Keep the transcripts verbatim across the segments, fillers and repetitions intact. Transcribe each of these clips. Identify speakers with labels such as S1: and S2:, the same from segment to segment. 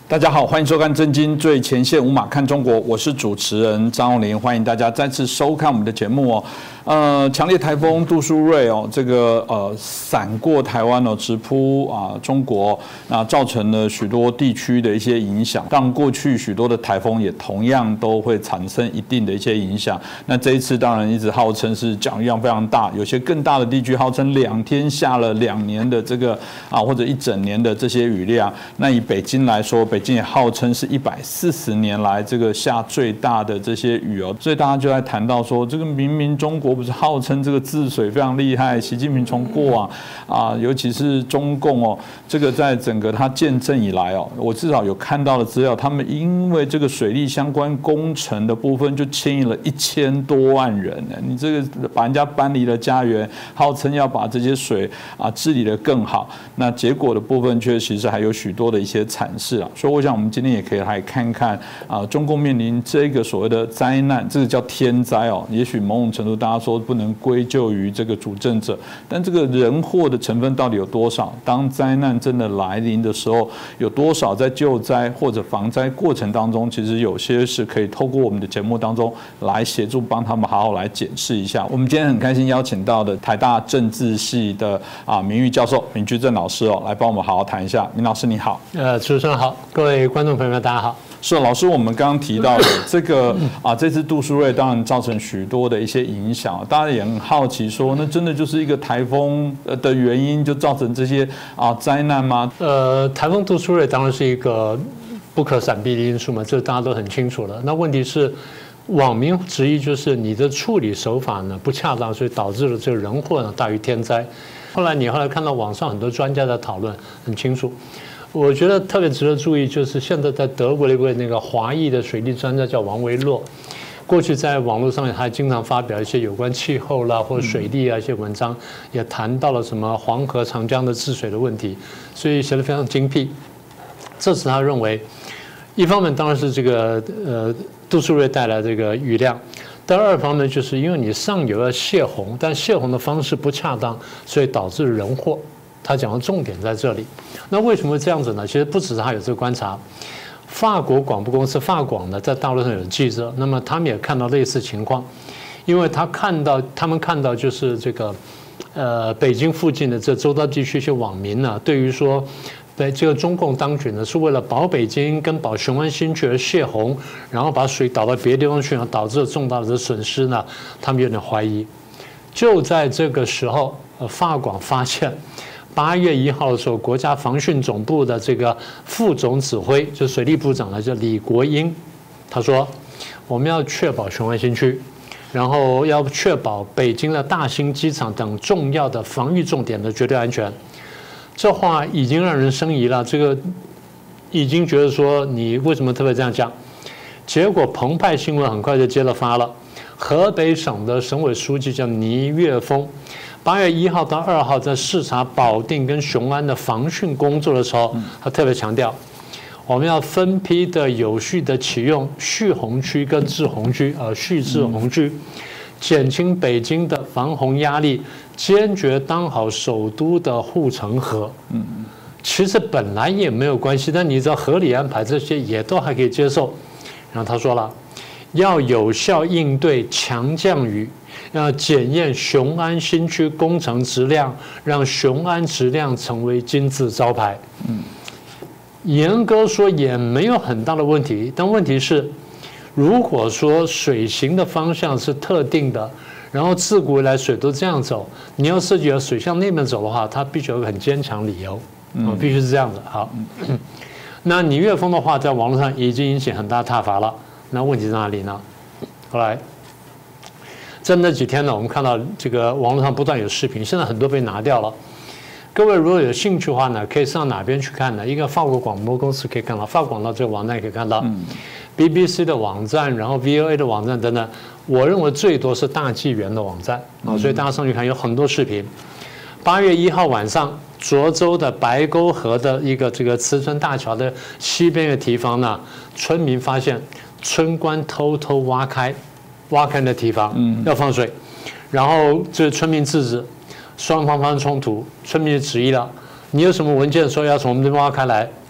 S1: 大家好，欢迎收看《震惊最前线》，无马看中国，我是主持人张荣麟，欢迎大家再次收看我们的节目哦。呃，强烈台风杜苏芮哦，这个呃闪过台湾哦，直扑啊中国，那造成了许多地区的一些影响。当然，过去许多的台风也同样都会产生一定的一些影响。那这一次当然一直号称是降雨量非常大，有些更大的地区号称两天下了两年的这个啊或者一整年的这些雨量。那以北京来说，北京也号称是一百四十年来这个下最大的这些雨哦，所以大家就在谈到说，这个明明中国不是号称这个治水非常厉害，习近平从过往啊，尤其是中共哦，这个在整个他建政以来哦，我至少有看到的资料，他们因为这个水利相关工程的部分就牵引了一千多万人呢，你这个把人家搬离了家园，号称要把这些水啊治理得更好，那结果的部分却其实还有许多的一些阐释啊，所以我想我们今天也可以来看看啊，中共面临这个所谓的灾难，这个叫天灾哦，也许某种程度大家说不能归咎于这个主政者，但这个人祸的成分到底有多少？当灾难真的来临的时候，有多少在救灾或者防灾过程当中，其实有些是可以透过我们的节目当中来协助帮他们好好来检视一下。我们今天很开心邀请到的台大政治系的啊名誉教授闵居正老师哦，来帮我们好好谈一下。闵老师你好。
S2: 呃，主持人好，各位观众朋友们大家好。
S1: 是老师，我们刚刚提到的这个啊，这次杜苏芮当然造成许多的一些影响，大家也很好奇说，那真的就是一个台风的原因就造成这些啊灾难吗？
S2: 呃，台风杜苏芮当然是一个不可闪避的因素嘛，这大家都很清楚了。那问题是，网民质疑就是你的处理手法呢不恰当，所以导致了这个人祸呢大于天灾。后来你后来看到网上很多专家在讨论，很清楚。我觉得特别值得注意，就是现在在德国的一位那个华裔的水利专家叫王维洛，过去在网络上面他经常发表一些有关气候啦或者水利啊一些文章，也谈到了什么黄河、长江的治水的问题，所以写得非常精辟。这是他认为，一方面当然是这个呃杜苏芮带来这个雨量，第二方面就是因为你上游要泄洪，但泄洪的方式不恰当，所以导致人祸。他讲的重点在这里。那为什么会这样子呢？其实不只是他有这个观察，法国广播公司法广呢，在大陆上有记者，那么他们也看到类似情况，因为他看到他们看到就是这个，呃，北京附近的这周遭地区一些网民呢，对于说，对这个中共当局呢，是为了保北京跟保雄安新区而泄洪，然后把水导到别的地方去，导致了重大的损失呢，他们有点怀疑。就在这个时候，呃，法广发现。八月一号的时候，国家防汛总部的这个副总指挥，就水利部长呢，叫李国英，他说，我们要确保雄安新区，然后要确保北京的大兴机场等重要的防御重点的绝对安全。这话已经让人生疑了，这个已经觉得说你为什么特别这样讲？结果澎湃新闻很快就接了发了，河北省的省委书记叫倪岳峰。八月一号到二号在视察保定跟雄安的防汛工作的时候，他特别强调，我们要分批的、有序的启用蓄洪区跟治洪区，呃，蓄治洪区，减轻北京的防洪压力，坚决当好首都的护城河。嗯，其实本来也没有关系，但你只要合理安排这些，也都还可以接受。然后他说了，要有效应对强降雨。要检验雄安新区工程质量，让雄安质量成为金字招牌。嗯，严格说也没有很大的问题，但问题是，如果说水行的方向是特定的，然后自古以来水都这样走，你要设计要水向那边走的话，它必须有个很坚强理由，啊，必须是这样的。好，那倪岳峰的话在网络上已经引起很大挞伐了。那问题在哪里呢？后来。在那几天呢，我们看到这个网络上不断有视频，现在很多被拿掉了。各位如果有兴趣的话呢，可以上哪边去看呢？一个法国广播公司可以看到，法国广播这个网站可以看到 ，B B C 的网站，然后 V O A 的网站等等。我认为最多是大纪元的网站啊，所以大家上去看有很多视频。八月一号晚上，涿州的白沟河的一个这个慈村大桥的西边的堤防呢，村民发现村官偷偷挖开。挖开的堤防，要放水，然后这村民制止，双方发生冲突，村民就质疑了，你有什么文件说要从我们这边挖开来？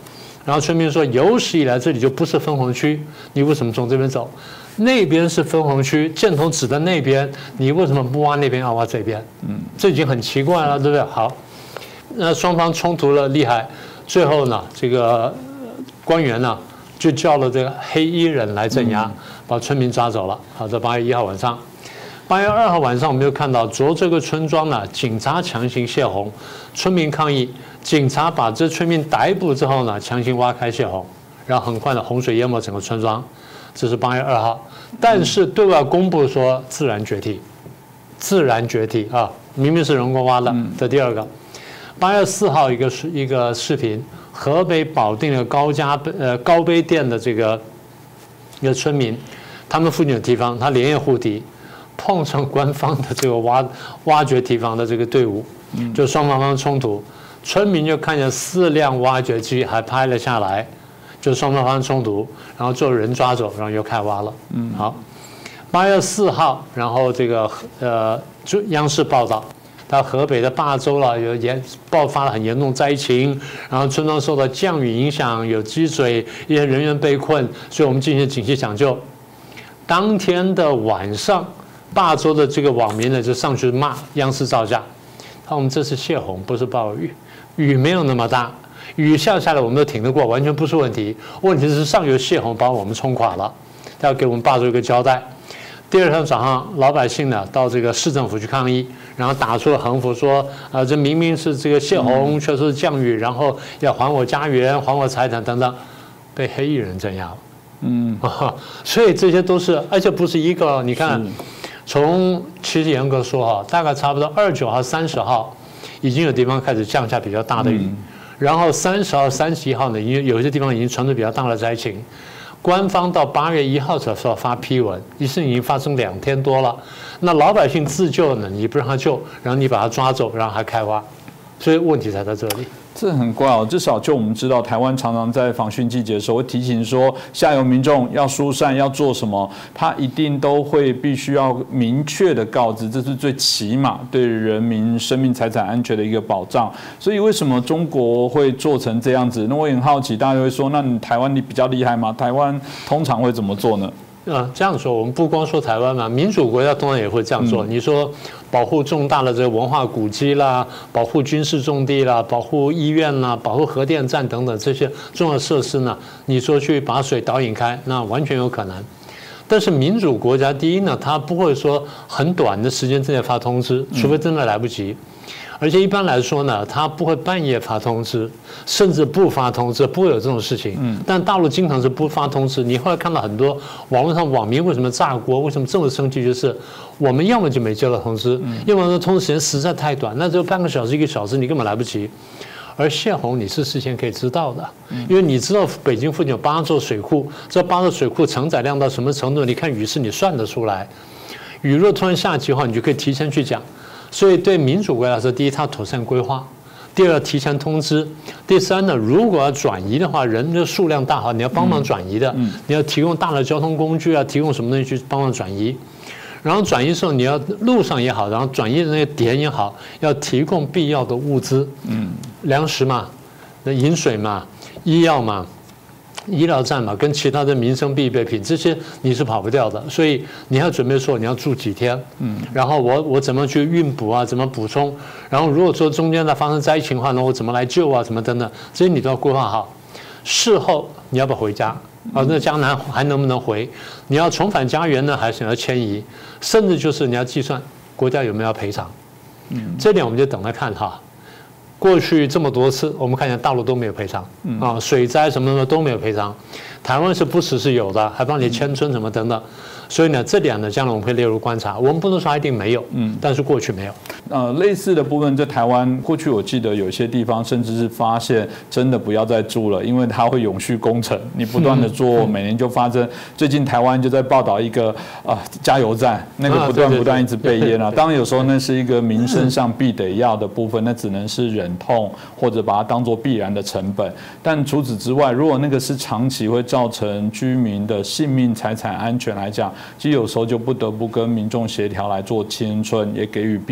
S2: 然后村民说，有史以来这里就不是分洪区，你为什么从这边走？那边是分洪区，箭头指的那边，你为什么不挖那边，要挖这边？嗯，这已经很奇怪了，对不对？好，那双方冲突了厉害，最后呢，这个官员呢就叫了这个黑衣人来镇压，把村民抓走了。好，在八月一号晚上。八月二号晚上，我们就看到卓这个村庄呢，警察强行泄洪，村民抗议，警察把这村民逮捕之后呢，强行挖开泄洪，然后很快的洪水淹没整个村庄。这是八月二号，但是对外公布说自然决堤，自然决堤啊，明明是人工挖的。这第二个，八月四号一个一个视频，河北保定的高家呃高碑店的这个一个村民，他们附近的地方，他连夜护堤。碰上官方的这个挖挖掘堤防的这个队伍，就双方方冲突，村民就看见四辆挖掘机还拍了下来，就双方方冲突，然后就人抓走，然后又开挖了。嗯，好，八月四号，然后这个呃，就央视报道，到河北的霸州了，有严爆发了很严重灾情，然后村庄受到降雨影响，有积水，一些人员被困，所以我们进行紧急抢救。当天的晚上。霸州的这个网民呢，就上去骂央视造假，他我们这是泄洪，不是暴雨，雨没有那么大，雨下下来我们都挺得过，完全不是问题。问题是上游泄洪把我们冲垮了，他要给我们霸州一个交代。第二天早上，老百姓呢到这个市政府去抗议，然后打出了横幅说，啊、呃，这明明是这个泄洪，却说是降雨，然后要还我家园，还我财产等等，被黑衣人镇压了。嗯，所以这些都是，而且不是一个，你看。从其实严格说哈，大概差不多二十九号、三十号，已经有地方开始降下比较大的雨，嗯、然后三十号、三十一号呢，已经有些地方已经传出比较大的灾情。官方到八月一号才说发批文，一事已经发生两天多了。那老百姓自救呢，你不让他救，然后你把他抓走，然后还开挖，所以问题才在这里。
S1: 这很怪哦，至少就我们知道，台湾常常在防汛季节的时候会提醒说，下游民众要疏散要做什么，他一定都会必须要明确的告知，这是最起码对人民生命财产安全的一个保障。所以为什么中国会做成这样子？那我也很好奇，大家会说，那你台湾你比较厉害吗？台湾通常会怎么做呢？
S2: 啊，这样说，我们不光说台湾嘛，民主国家当然也会这样做。你说保护重大的这个文化古迹啦，保护军事重地啦，保护医院啦，保护核电站等等这些重要设施呢，你说去把水导引开，那完全有可能。但是民主国家，第一呢，它不会说很短的时间之内发通知，除非真的来不及。而且一般来说呢，他不会半夜发通知，甚至不发通知，不会有这种事情。嗯。但大陆经常是不发通知。你后来看到很多网络上网民为什么炸锅，为什么这么生气，就是我们要么就没接到通知，要么说通知时间实在太短，那只有半个小时、一个小时，你根本来不及。而泄洪你是事先可以知道的，因为你知道北京附近有八座水库，这八座水库承载量到什么程度，你看雨势你算得出来。雨若突然下起的话，你就可以提前去讲。所以对民主国家来说，第一，它妥善规划；第二，提前通知；第三呢，如果要转移的话，人的数量大好，你要帮忙转移的，你要提供大的交通工具啊，提供什么东西去帮忙转移。然后转移的时候，你要路上也好，然后转移的那个点也好，要提供必要的物资，嗯，粮食嘛，那饮水嘛，医药嘛。医疗站嘛，跟其他的民生必备品，这些你是跑不掉的，所以你要准备说你要住几天，嗯，然后我我怎么去运补啊，怎么补充，然后如果说中间的发生灾情的话呢，我怎么来救啊，怎么等等，这些你都要规划好。事后你要不要回家啊？那江南还能不能回？你要重返家园呢，还是要迁移？甚至就是你要计算国家有没有要赔偿，嗯，这点我们就等着看哈。过去这么多次，我们看见大陆都没有赔偿啊，水灾什么的都没有赔偿，台湾是不时是有的，还帮你迁村什么等等。所以呢，这点呢，将来我们会列入观察。我们不能说一定没有，嗯，但是过去没有。
S1: 呃，类似的部分在台湾，过去我记得有些地方甚至是发现真的不要再住了，因为它会永续工程，你不断的做，每年就发生。最近台湾就在报道一个啊、呃、加油站，那个不断不断一直被淹啊。当然有时候那是一个民生上必得要的部分，那只能是忍痛或者把它当做必然的成本。但除此之外，如果那个是长期会造成居民的性命财产安全来讲，其实有时候就不得不跟民众协调来做迁村，也给予必要的一些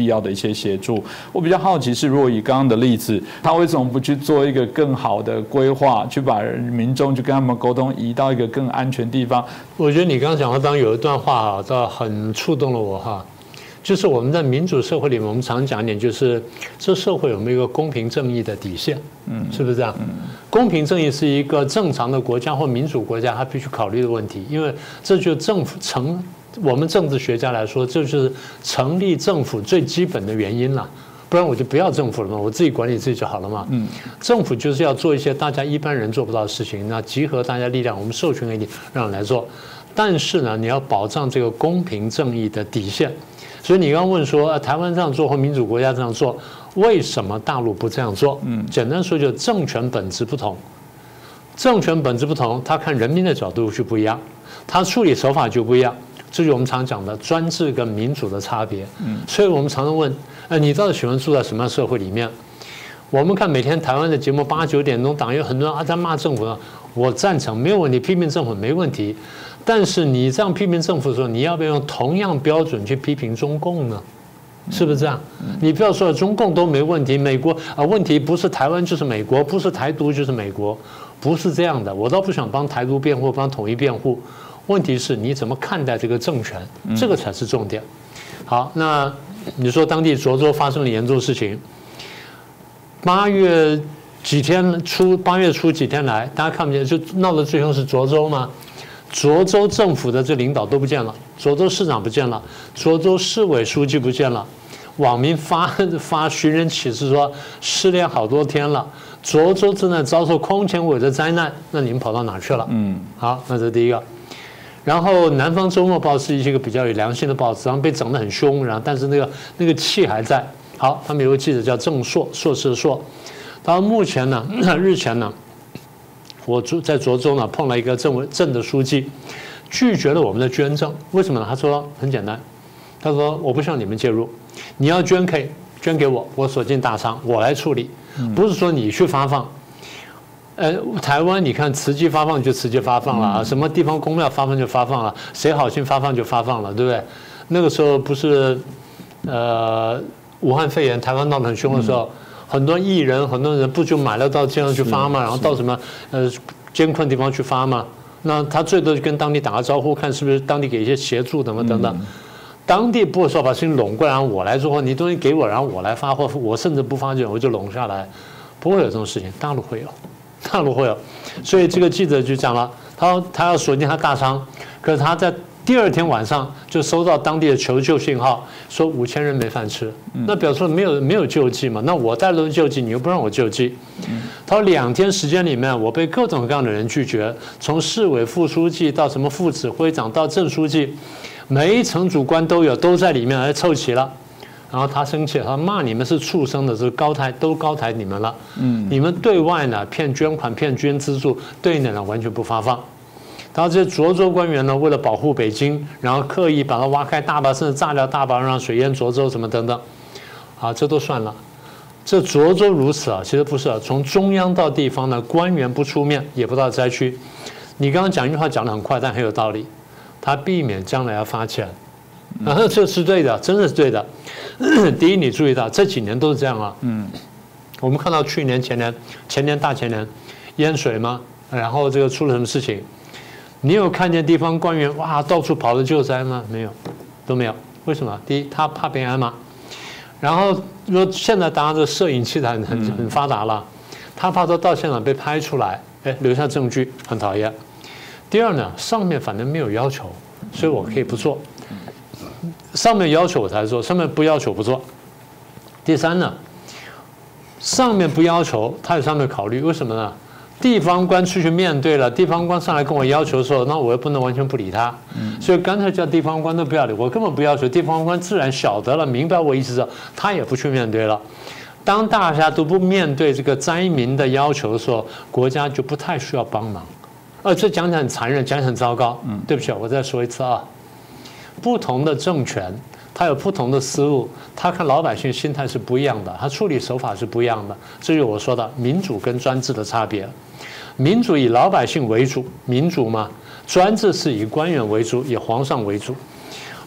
S1: 些协助。我比较好奇是，如果以刚刚的例子，他为什么不去做一个更好的规划，去把民众去跟他们沟通，移到一个更安全的地方？
S2: 我觉得你刚刚讲的当有一段话哈，倒很触动了我哈。就是我们在民主社会里面，我们常讲一点，就是这社会有没有一个公平正义的底线，嗯，是不是这样？嗯，公平正义是一个正常的国家或民主国家它必须考虑的问题，因为这就政府成我们政治学家来说，这就是成立政府最基本的原因了。不然我就不要政府了嘛，我自己管理自己就好了嘛。嗯，政府就是要做一些大家一般人做不到的事情，那集合大家力量，我们授权给你，让人来做。但是呢，你要保障这个公平正义的底线。所以你刚刚问说，台湾这样做或民主国家这样做，为什么大陆不这样做？嗯，简单说就是政权本质不同，政权本质不同，他看人民的角度就不一样，他处理手法就不一样，这就是我们常讲的专制跟民主的差别。嗯，所以我们常常问，呃，你到底喜欢住在什么样的社会里面？我们看每天台湾的节目八九点钟，党有很多人啊在骂政府呢，我赞成没有问题，批评政府没问题。但是你这样批评政府的时候，你要不要用同样标准去批评中共呢？是不是这样？你不要说中共都没问题，美国啊问题不是台湾就是美国，不是台独就是美国，不是这样的。我倒不想帮台独辩护，帮统一辩护。问题是你怎么看待这个政权，这个才是重点。好，那你说当地涿州发生了严重事情，八月几天初，八月初几天来，大家看不见，就闹到最后是涿州吗？涿州政府的这领导都不见了，涿州市长不见了，涿州市委书记不见了，网民发发寻人启事说失联好多天了，涿州正在遭受空前伟的灾难，那你们跑到哪去了？嗯，好，那这是第一个。然后南方周末报是一个比较有良心的报纸，然后被整得很凶，然后但是那个那个气还在。好，他们有个记者叫郑硕，硕士的硕，到目前呢，日前呢。我在涿州呢碰了一个镇镇的书记，拒绝了我们的捐赠。为什么呢？他说很简单，他说我不需要你们介入，你要捐可以捐给我，我锁进大仓，我来处理，不是说你去发放。呃，台湾你看慈济发放就慈济发放了啊，什么地方公庙发放就发放了，谁好心发放就发放了，对不对？那个时候不是呃武汉肺炎台湾闹得很凶的时候。很多艺人，很多人不就买了到街上去发嘛，然后到什么呃艰困地方去发嘛。那他最多就跟当地打个招呼，看是不是当地给一些协助等等等等。当地不会说把事情拢过来，然后我来做货，你东西给我，然后我来发货，我甚至不发这种我就拢下来，不会有这种事情。大陆会有，大陆会有。所以这个记者就讲了，他他要锁定他大仓，可是他在。第二天晚上就收到当地的求救信号，说五千人没饭吃，那表示没有没有救济嘛？那我带了救济，你又不让我救济。他说两天时间里面，我被各种各样的人拒绝，从市委副书记到什么副指挥长到正书记，每一层主官都有，都在里面来凑齐了。然后他生气，他骂你们是畜生的，是高抬都高抬你们了。嗯，你们对外呢骗捐款、骗捐资助，对内呢完全不发放。然后这些涿州官员呢，为了保护北京，然后刻意把它挖开大坝，甚至炸掉大坝，让水淹涿州什么等等，啊，这都算了。这涿州如此啊，其实不是啊，从中央到地方呢，官员不出面，也不到灾区。你刚刚讲一句话讲得很快，但很有道理，他避免将来要发钱，啊，这是对的，真的是对的。第一，你注意到这几年都是这样啊，嗯，我们看到去年、前年、前年、大前年淹水吗？然后这个出了什么事情？你有看见地方官员哇到处跑着救灾吗？没有，都没有。为什么？第一，他怕被挨骂。然后说现在当然这摄影器材很很很发达了，他怕他到现场被拍出来，哎，留下证据，很讨厌。第二呢，上面反正没有要求，所以我可以不做。上面要求我才做，上面不要求不做。第三呢，上面不要求，他有上面考虑，为什么呢？地方官出去面对了，地方官上来跟我要求的时候，那我又不能完全不理他，所以干脆叫地方官都不要理，我根本不要求，地方官自然晓得了，明白我意思之后，他也不去面对了。当大家都不面对这个灾民的要求的时候，国家就不太需要帮忙。呃，这讲起来很残忍，讲起来很糟糕。嗯，对不起，我再说一次啊，不同的政权。他有不同的思路，他看老百姓心态是不一样的，他处理手法是不一样的。这就是我说的民主跟专制的差别。民主以老百姓为主，民主嘛；专制是以官员为主，以皇上为主。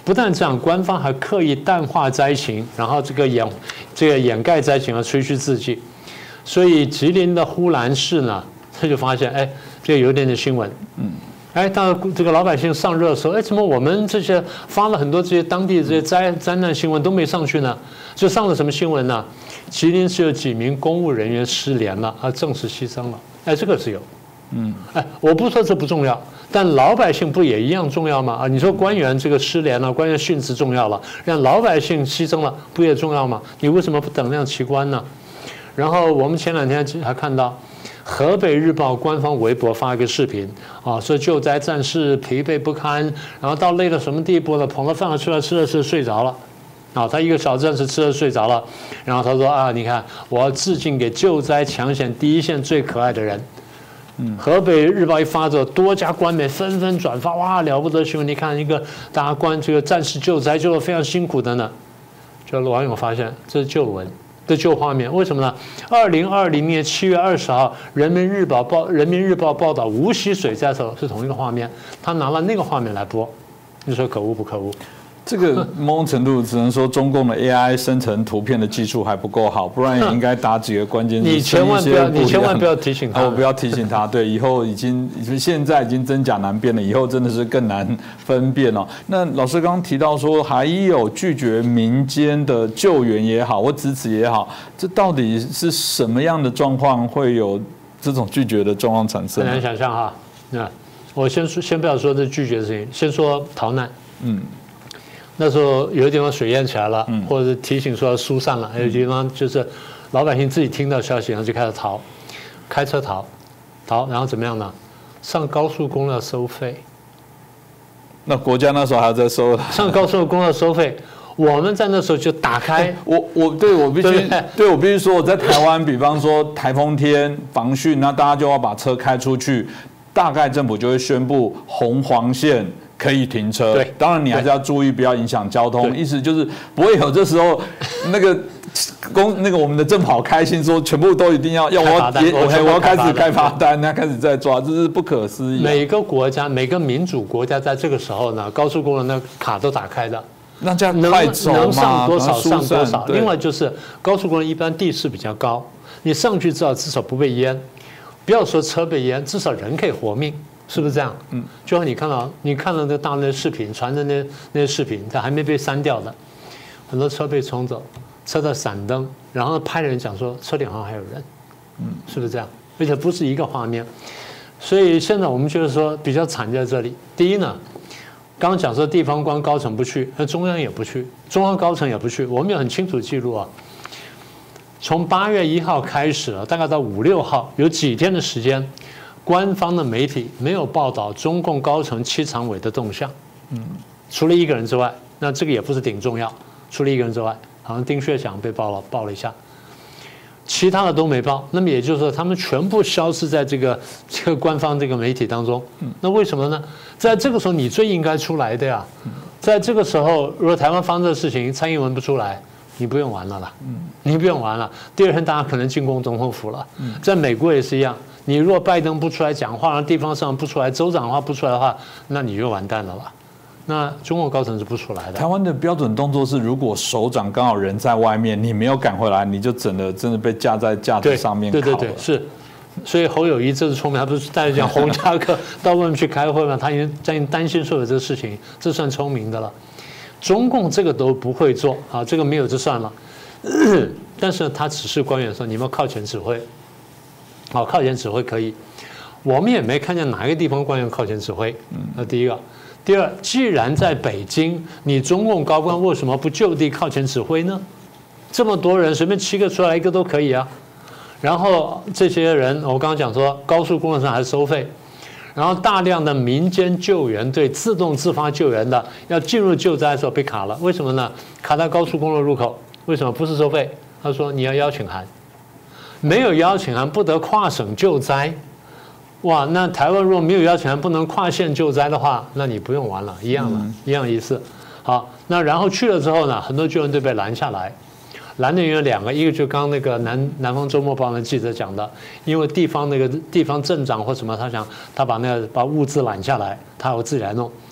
S2: 不但这样，官方还刻意淡化灾情，然后这个掩这个掩盖灾情，而吹嘘自己。所以吉林的呼兰市呢，他就发现，哎，这个有点点新闻，嗯，哎，当这个老百姓上热搜，哎，怎么我们这些发了很多这些当地这些灾灾难新闻都没上去呢？就上了什么新闻呢？吉林是有几名公务人员失联了，而证实牺牲了，哎，这个是有。嗯，哎，我不说这不重要，但老百姓不也一样重要吗？啊，你说官员这个失联了，官员殉职重要了，让老百姓牺牲了，不也重要吗？你为什么不等量齐观呢？然后我们前两天还看到，河北日报官方微博发一个视频啊，说救灾战士疲惫不堪，然后到累到什么地步了，捧了饭出来吃了吃睡着了。啊，他一个小战士吃了睡着了，然后他说啊，你看，我要致敬给救灾抢险第一线最可爱的人。嗯，河北日报一发之后，多家官媒纷纷转发，哇，了不得新闻！你看一个大家关这个战士救灾救得非常辛苦的呢，就网友发现这是旧闻，这旧画面，为什么呢？二零二零年七月二十号，人民日报报人民日报报道无锡水灾的时候是同一个画面，他拿了那个画面来播，你说可恶不可恶？
S1: 这个某种程度只能说中共的 A I 生成图片的技术还不够好，不然也应该打几个关键字。
S2: 你千万不要，你千万不要提醒他，
S1: 我不要提醒他。对，以后已经现在已经真假难辨了，以后真的是更难分辨了。那老师刚刚提到说，还有拒绝民间的救援也好，或支持也好，这到底是什么样的状况会有这种拒绝的状况产生？
S2: 很难想象哈。那我先说，先不要说这拒绝的事情，先说逃难。嗯。那时候有的地方水淹起来了，或者是提醒说要疏散了，还有地方就是老百姓自己听到消息，然后就开始逃，开车逃，逃，然后怎么样呢？上高速公路要收费。
S1: 那国家那时候还在收。
S2: 上高速公路要收费，我们在那时候就打开。
S1: 我我对我必须对, 对我必须说，我在台湾，比方说台风天防汛，那大家就要把车开出去，大概政府就会宣布红黄线可以停车，
S2: 对，
S1: 当然你还是要注意，不要影响交通。意思就是不会有这时候那个公那个我们的政府好开心说全部都一定要要我也我我要开始开罚单，那开始在抓，这是不可思议、啊。
S2: 每个国家每个民主国家在这个时候呢，高速公路那卡都打开的，
S1: 那这样快走嘛，
S2: 能上多少上多少。另外就是高速公路一般地势比较高，你上去至少至少不被淹，不要说车被淹，至少人可以活命。是不是这样？嗯，就像你看到你看到那个大陆的视频，传的那那些视频，它还没被删掉的，很多车被冲走，车在闪灯，然后拍的人讲说车里好像还有人，嗯，是不是这样？而且不是一个画面，所以现在我们就是说比较惨在这里。第一呢，刚刚讲说地方官高层不去，那中央也不去，中央高层也不去，我们有很清楚记录啊。从八月一号开始了，大概到五六号，有几天的时间。官方的媒体没有报道中共高层七常委的动向，嗯，除了一个人之外，那这个也不是顶重要，除了一个人之外，好像丁薛祥被报了，报了一下，其他的都没报。那么也就是说，他们全部消失在这个这个官方这个媒体当中。那为什么呢？在这个时候，你最应该出来的呀。在这个时候，如果台湾发生的事情，蔡英文不出来，你不用玩了啦，你不用玩了。第二天大家可能进攻总统府了。在美国也是一样。你如果拜登不出来讲话，让地方上不出来，州长的话不出来的话，那你就完蛋了啦。那中国高层是不出来的。
S1: 台湾的标准动作是，如果首长刚好人在外面，你没有赶回来，你就整的真的被架在架子上面烤了。
S2: 对对对，是。所以侯友宜这是聪明，他不是带着讲洪家客到外面去开会吗？他已经在担心说有这个事情，这算聪明的了。中共这个都不会做啊，这个没有就算了。但是他指示官员说，你们靠前指挥。好，靠前指挥可以，我们也没看见哪一个地方官员靠前指挥。那第一个，第二，既然在北京，你中共高官为什么不就地靠前指挥呢？这么多人，随便七个出来一个都可以啊。然后这些人，我刚刚讲说，高速公路上还是收费，然后大量的民间救援队自动自发救援的，要进入救灾的时候被卡了，为什么呢？卡在高速公路入口，为什么不是收费？他说你要邀请函。没有邀请函不得跨省救灾，哇！那台湾如果没有邀请函不能跨县救灾的话，那你不用玩了，一样了，一样意思。好，那然后去了之后呢，很多救援队被拦下来，拦的原因有两个，一个就刚刚那个南南方周末报的记者讲的，因为地方那个地方镇长或什么，他想他把那个把物资拦下来，他要自己来弄。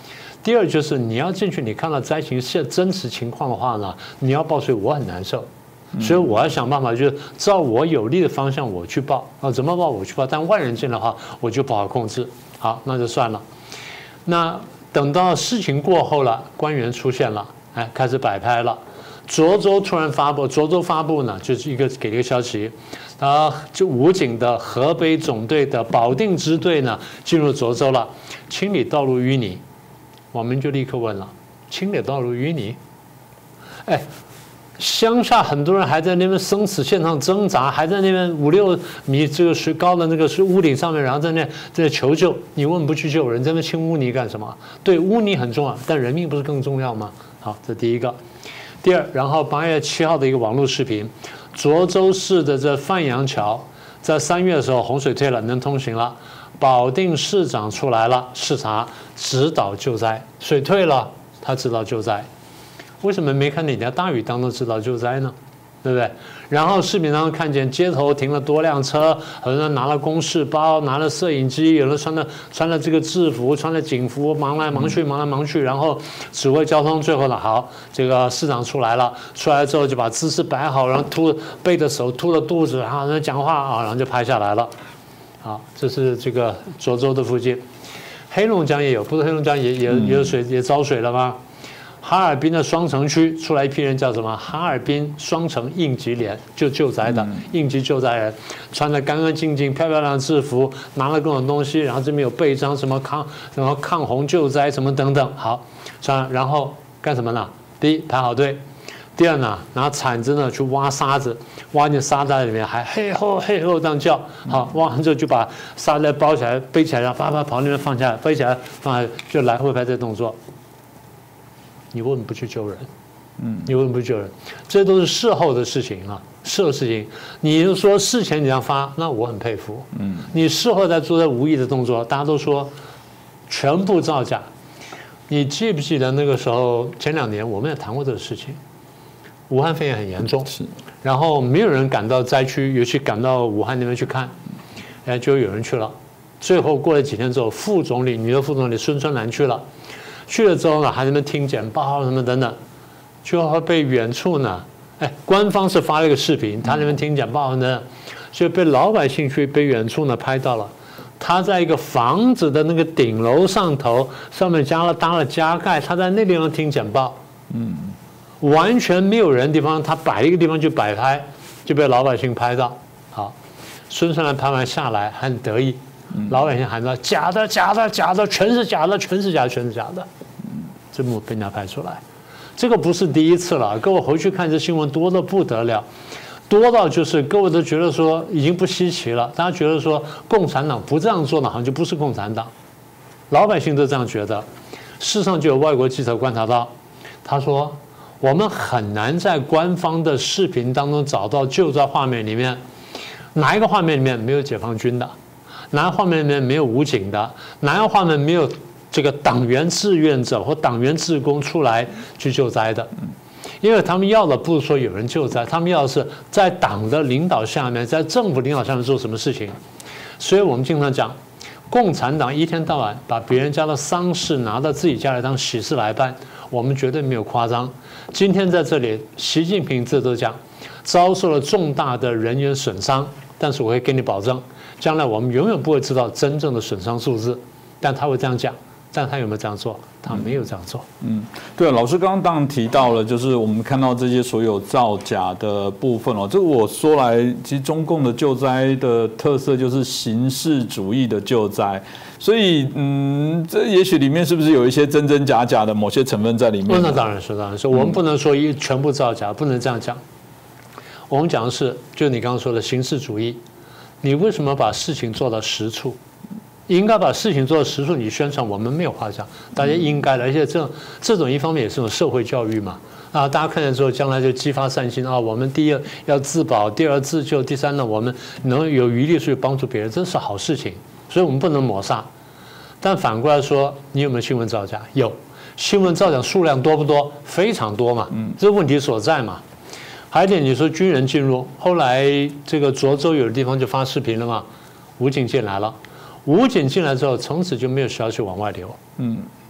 S2: 第二就是你要进去，你看到灾情现真实情况的话呢，你要报税我很难受，所以我要想办法，就是照我有利的方向我去报啊，怎么报我去报，但外人进来的话我就不好控制，好那就算了。那等到事情过后了，官员出现了，哎，开始摆拍了。涿州突然发布，涿州发布呢，就是一个给了一个消息，啊，就武警的河北总队的保定支队呢进入涿州了，清理道路淤泥。网民就立刻问了：清理道路淤泥？哎，乡下很多人还在那边生死线上挣扎，还在那边五六米这个水高的那个是屋顶上面，然后在那在求救。你问不去救人，在那清污泥干什么？对，污泥很重要，但人命不是更重要吗？好，这第一个。第二，然后八月七号的一个网络视频，涿州市的这范阳桥，在三月的时候洪水退了，能通行了。保定市长出来了视察，指导救灾。水退了，他指导救灾。为什么没看见你在大雨当中指导救灾呢？对不对？然后视频当中看见街头停了多辆车，很多人拿了公事包，拿了摄影机，有人穿了穿了这个制服，穿了警服，忙来忙去，忙来忙去，然后指挥交通。最后呢，好，这个市长出来了，出来之后就把姿势摆好，然后秃背着手，秃着肚子，然后人讲话啊，然后就拍下来了。好，这是这个涿州的附近，黑龙江也有，不是黑龙江也也也有水也遭水了吗？哈尔滨的双城区出来一批人，叫什么？哈尔滨双城应急连，就救灾的应急救灾人，穿得干干净净、漂漂亮亮的制服，拿了各种东西，然后这边有背章，什么抗什么抗洪救灾什么等等。好，然后干什么呢？第一排好队，第二呢拿铲子呢去挖沙子，挖进沙袋里面，还嘿吼嘿吼这样叫。好，挖完之后就把沙袋包起来、背起来，然后啪啪跑那边放下来，背起来放下来，就来回拍这动作。你为什么不去救人？嗯，你为什么不去救人？这都是事后的事情啊，事后事情。你就说事前你这样发，那我很佩服。嗯，你事后再做这无意的动作，大家都说全部造假。你记不记得那个时候前两年我们也谈过这个事情？武汉肺炎很严重，是，然后没有人赶到灾区，尤其赶到武汉那边去看，哎，就有人去了。最后过了几天之后，副总理，女的副总理孙春兰去了。去了之后呢，还在那边听简报什么等等，就会被远处呢，哎，官方是发了一个视频，他那边听简报等等，就被老百姓去被远处呢拍到了，他在一个房子的那个顶楼上头，上面加了搭了加盖，他在那地方听简报，嗯，完全没有人的地方，他摆一个地方就摆拍，就被老百姓拍到。好，孙春兰拍完下来很得意。老百姓喊到假的假的假的，全是假的，全是假的，全是假的。这幕被人家拍出来，这个不是第一次了。各位回去看这新闻多得不得了，多到就是各位都觉得说已经不稀奇了。大家觉得说共产党不这样做呢，好像就不是共产党。老百姓都这样觉得。事实上就有外国记者观察到，他说我们很难在官方的视频当中找到救灾画面里面哪一个画面里面没有解放军的。哪个画面里面没有武警的？哪个画面没有这个党员志愿者或党员志工出来去救灾的？因为他们要的不是说有人救灾，他们要的是在党的领导下面，在政府领导下面做什么事情。所以我们经常讲，共产党一天到晚把别人家的丧事拿到自己家里当喜事来办，我们绝对没有夸张。今天在这里，习近平这都讲，遭受了重大的人员损伤，但是我会跟你保证。将来我们永远不会知道真正的损伤数字，但他会这样讲，但他有没有这样做？他没有这样做。嗯，
S1: 对，老师刚刚当然提到了，就是我们看到这些所有造假的部分哦，这个我说来，其实中共的救灾的特色就是形式主义的救灾，所以嗯，这也许里面是不是有一些真真假假的某些成分在里面？
S2: 那当然是，当然是，我们不能说一全部造假，不能这样讲。我们讲的是，就你刚刚说的形式主义。你为什么把事情做到实处？应该把事情做到实处，你宣传我们没有话讲，大家应该的。而且这种这种一方面也是种社会教育嘛，啊，大家看见之后，将来就激发善心啊。我们第一要自保，第二自救，第三呢，我们能有余力去帮助别人，这是好事情。所以我们不能抹煞。但反过来说，你有没有新闻造假？有，新闻造假数量多不多？非常多嘛，这是问题所在嘛。还有一点，你说军人进入，后来这个涿州有的地方就发视频了嘛，武警进来了，武警进来之后，从此就没有消息往外流，嗯，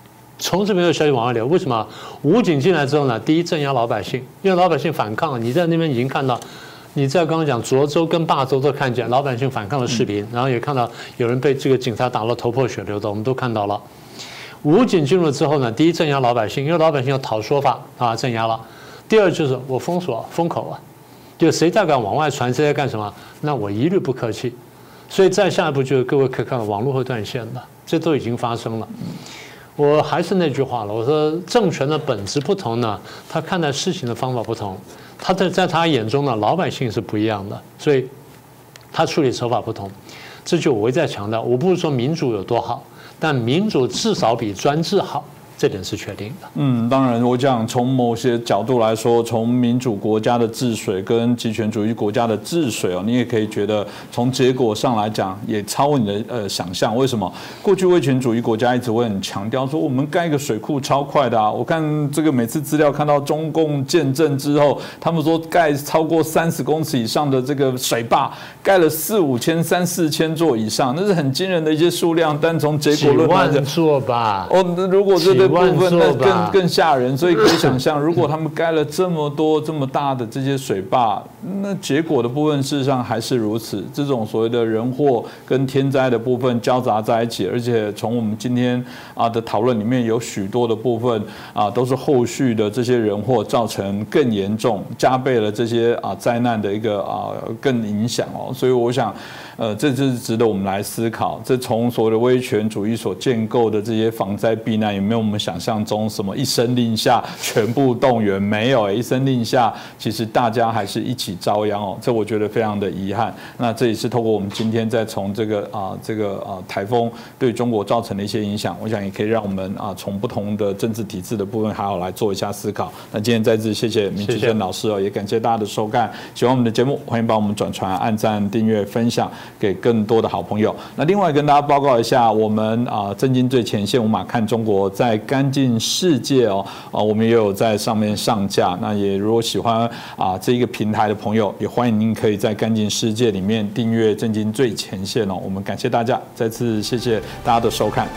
S2: 从此没有消息往外流。为什么？武警进来之后呢，第一镇压老百姓，因为老百姓反抗，你在那边已经看到。你在刚刚讲涿州跟霸州都看见老百姓反抗的视频，然后也看到有人被这个警察打到头破血流的，我们都看到了。武警进入之后呢，第一镇压老百姓，因为老百姓要讨说法啊，镇压了。第二就是我封锁封口啊，就谁再敢往外传，谁在干什么，那我一律不客气。所以再下一步就是各位可以看到网络会断线的，这都已经发生了。我还是那句话了，我说政权的本质不同呢，他看待事情的方法不同。他在在他眼中呢，老百姓是不一样的，所以他处理手法不同。这就我一再强调，我不是说民主有多好，但民主至少比专制好。这点是确定的。
S1: 嗯，当然，我讲从某些角度来说，从民主国家的治水跟极权主义国家的治水哦，你也可以觉得从结果上来讲，也超乎你的呃想象。为什么？过去威权主义国家一直会很强调说，我们盖一个水库超快的啊！我看这个每次资料看到中共建政之后，他们说盖超过三十公尺以上的这个水坝，盖了四五千、三四千座以上，那是很惊人的一些数量。但从结果论来讲，
S2: 几万座吧。
S1: 哦，如果这个部分那更更吓人，所以可以想象，如果他们盖了这么多这么大的这些水坝，那结果的部分事实上还是如此。这种所谓的人祸跟天灾的部分交杂在一起，而且从我们今天啊的讨论里面，有许多的部分啊都是后续的这些人祸造成更严重，加倍了这些啊灾难的一个啊更影响哦。所以我想，呃，这就是值得我们来思考。这从所谓的威权主义所建构的这些防灾避难，有没有我们想象中什么一声令下全部动员？没有、欸，一声令下，其实大家还是一起遭殃哦。这我觉得非常的遗憾。那这也是透过我们今天再从这个啊这个啊台风对中国造成的一些影响，我想也可以让我们啊从不同的政治体制的部分，还好来做一下思考。那今天再次谢谢明启正老师哦，也感谢大家的收看。喜欢我们的节目，欢迎帮我们转传、按赞、订阅、分享给更多的好朋友。那另外跟大家报告一下，我们啊震惊最前线无马看中国在干净世界哦啊，我们也有在上面上架。那也如果喜欢啊这一个平台的朋友，也欢迎您可以在干净世界里面订阅震惊最前线哦。我们感谢大家，再次谢谢大家的收看。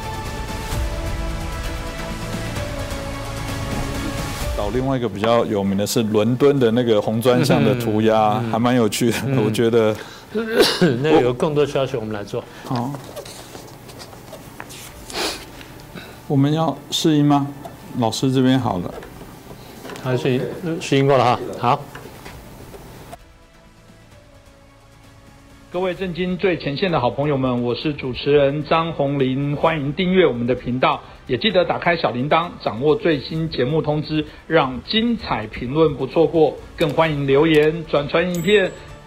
S1: 找另外一个比较有名的是伦敦的那个红砖上的涂鸦，还蛮有趣的，我觉得。
S2: 那个有更多消息我们来做。
S1: 好，我们要试音吗？老师这边好了，
S2: 好，试音试音过了哈。好，
S1: 各位震惊最前线的好朋友们，我是主持人张宏林，欢迎订阅我们的频道，也记得打开小铃铛，掌握最新节目通知，让精彩评论不错过。更欢迎留言、转传影片。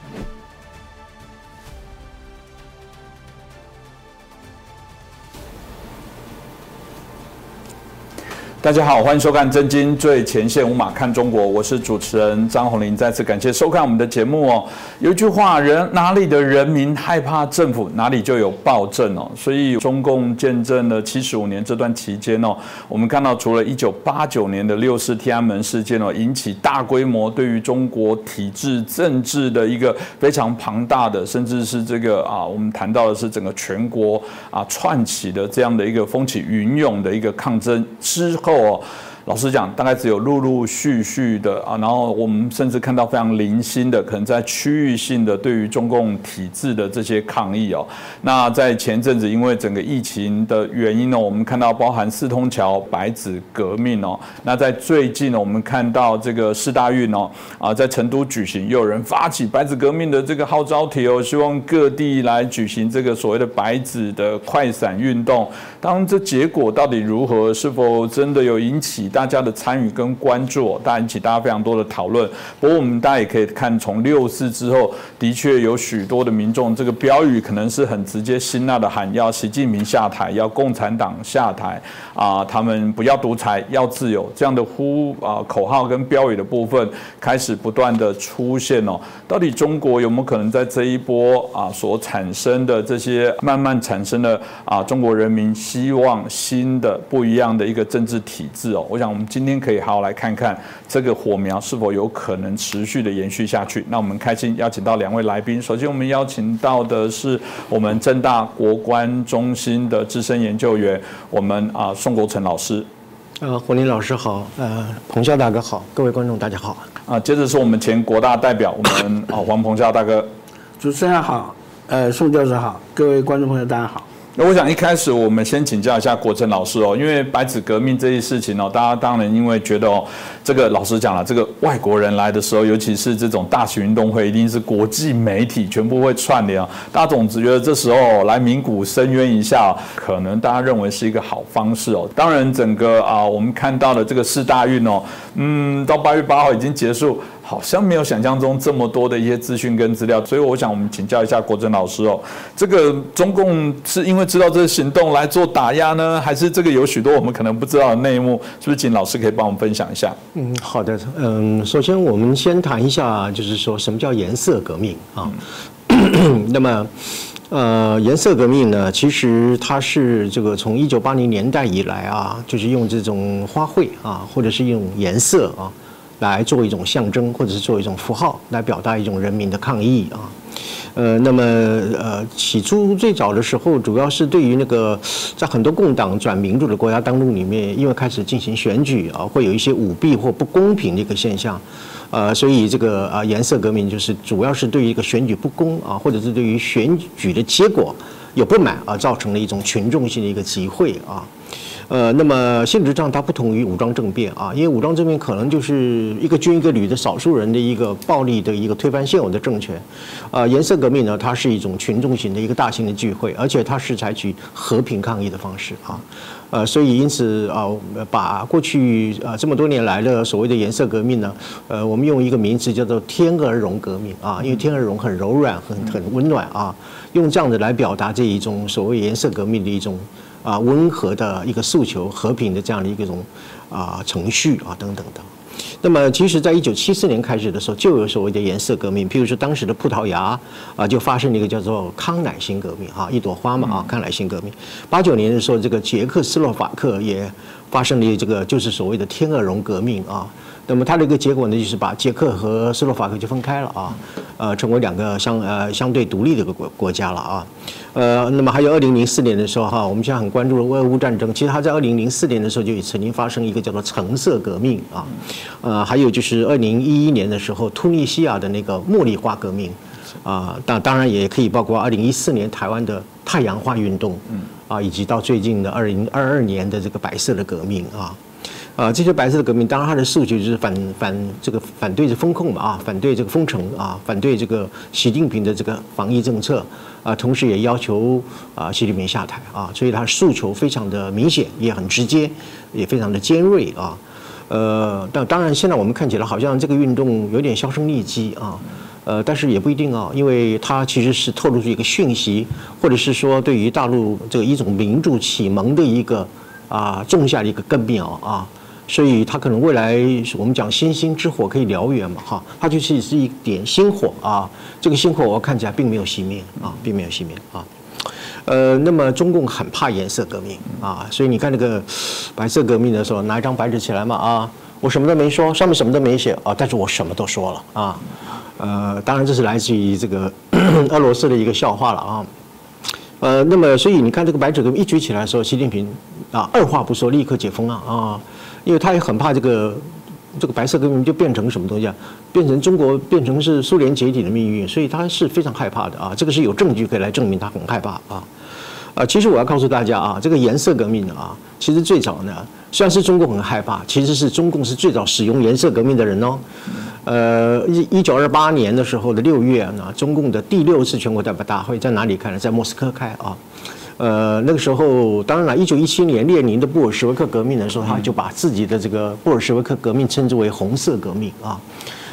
S1: 大家好，欢迎收看《震惊最前线》，无马看中国，我是主持人张宏林，再次感谢收看我们的节目哦。有一句话，人哪里的人民害怕政府，哪里就有暴政哦。所以中共建政了七十五年这段期间哦，我们看到除了一九八九年的六四天安门事件哦，引起大规模对于中国体制政治的一个非常庞大的，甚至是这个啊，我们谈到的是整个全国啊串起的这样的一个风起云涌的一个抗争之后。哦，老实讲，大概只有陆陆续续的啊，然后我们甚至看到非常零星的，可能在区域性的对于中共体制的这些抗议哦。那在前阵子，因为整个疫情的原因呢，我们看到包含四通桥、白纸革命哦。那在最近呢，我们看到这个世大运哦，啊，在成都举行，又有人发起白纸革命的这个号召帖哦，希望各地来举行这个所谓的白纸的快闪运动。当然，这结果到底如何？是否真的有引起大家的参与跟关注？当然引起大家非常多的讨论。不过我们大家也可以看，从六四之后，的确有许多的民众，这个标语可能是很直接辛辣的喊要习近平下台，要共产党下台啊，他们不要独裁，要自由这样的呼啊口号跟标语的部分开始不断的出现哦。到底中国有没有可能在这一波啊所产生的这些慢慢产生的啊中国人民希望新的不一样的一个政治体制哦？我想想我们今天可以好好来看看这个火苗是否有可能持续的延续下去。那我们开心邀请到两位来宾，首先我们邀请到的是我们政大国关中心的资深研究员，我们啊宋国成老师。
S3: 呃，火林老师好，呃，彭孝大哥好，各位观众大家好。
S1: 啊，接着是我们前国大代表，我们啊黄彭孝大哥。
S4: 主持人好，呃，宋教授好，各位观众朋友大家好。
S1: 那我想一开始我们先请教一下国成老师哦，因为白纸革命这一事情哦，大家当然因为觉得哦，这个老实讲了，这个外国人来的时候，尤其是这种大型运动会，一定是国际媒体全部会串联哦，大家总觉得这时候来鸣鼓声援一下，可能大家认为是一个好方式哦。当然，整个啊我们看到的这个世大运哦，嗯，到八月八号已经结束。好像没有想象中这么多的一些资讯跟资料，所以我想我们请教一下国成老师哦，这个中共是因为知道这个行动来做打压呢，还是这个有许多我们可能不知道的内幕？是不是请老师可以帮我们分享一下？
S3: 嗯，好的，嗯，首先我们先谈一下，就是说什么叫颜色革命啊？嗯、那么。呃，颜色革命呢，其实它是这个从一九八零年代以来啊，就是用这种花卉啊，或者是用颜色啊，来做一种象征，或者是做一种符号，来表达一种人民的抗议啊。呃，那么呃，起初最早的时候，主要是对于那个在很多共党转民主的国家当中里面，因为开始进行选举啊，会有一些舞弊或不公平的一个现象。呃，所以这个啊颜色革命就是主要是对于一个选举不公啊，或者是对于选举的结果有不满啊，造成了一种群众性的一个集会啊。呃，那么性质上它不同于武装政变啊，因为武装政变可能就是一个军一个旅的少数人的一个暴力的一个推翻现有的政权，啊，颜色革命呢，它是一种群众型的一个大型的聚会，而且它是采取和平抗议的方式啊。呃，所以因此啊，把过去啊这么多年来的所谓的颜色革命呢，呃，我们用一个名词叫做天鹅绒革命啊，因为天鹅绒很柔软、很很温暖啊，用这样的来表达这一种所谓颜色革命的一种啊温和的一个诉求、和平的这样的一种啊程序啊等等的。那么，其实，在一九七四年开始的时候，就有所谓的颜色革命。譬如说，当时的葡萄牙啊，就发生了一个叫做康乃馨革命啊，一朵花嘛啊，康乃馨革命。八九年的时候，这个捷克斯洛伐克也发生了这个就是所谓的天鹅绒革命啊。那么它的一个结果呢，就是把捷克和斯洛伐克就分开了啊，呃，成为两个相呃相对独立的一个国国家了啊。呃，那么还有二零零四年的时候哈，我们现在很关注的俄乌战争，其实它在二零零四年的时候就曾经发生一个叫做橙色革命啊，呃，还有就是二零一一年的时候，突尼西亚的那个茉莉花革命啊，当当然也可以包括二零一四年台湾的太阳花运动，啊，以及到最近的二零二二年的这个白色的革命啊。啊，这些白色的革命，当然它的诉求就是反反这个反对这风控嘛啊，反对这个封城啊，反对这个习近平的这个防疫政策啊，同时也要求啊习近平下台啊，所以它诉求非常的明显，也很直接，也非常的尖锐啊。呃，但当然现在我们看起来好像这个运动有点销声匿迹啊。呃，但是也不一定啊，因为它其实是透露出一个讯息，或者是说对于大陆这个一种民主启蒙的一个啊种下的一个根苗啊。所以它可能未来我们讲星星之火可以燎原嘛哈，它就是是一点星火啊，这个星火我看起来并没有熄灭啊，并没有熄灭啊。呃，那么中共很怕颜色革命啊，所以你看那个白色革命的时候，拿一张白纸起来嘛啊，我什么都没说，上面什么都没写啊，但是我什么都说了啊。呃，当然这是来自于这个俄罗斯的一个笑话了啊。呃，那么所以你看这个白纸革命一举起来的时候，习近平啊二话不说立刻解封啊啊。因为他也很怕这个这个白色革命就变成什么东西啊？变成中国变成是苏联解体的命运，所以他是非常害怕的啊。这个是有证据可以来证明他很害怕啊。啊，其实我要告诉大家啊，这个颜色革命啊，其实最早呢，虽然是中共很害怕，其实是中共是最早使用颜色革命的人哦。呃，一一九二八年的时候的六月呢，中共的第六次全国代表大会在哪里开呢？在莫斯科开啊。呃，那个时候，当然了，一九一七年列宁的布尔什维克革命的时候，他就把自己的这个布尔什维克革命称之为红色革命啊。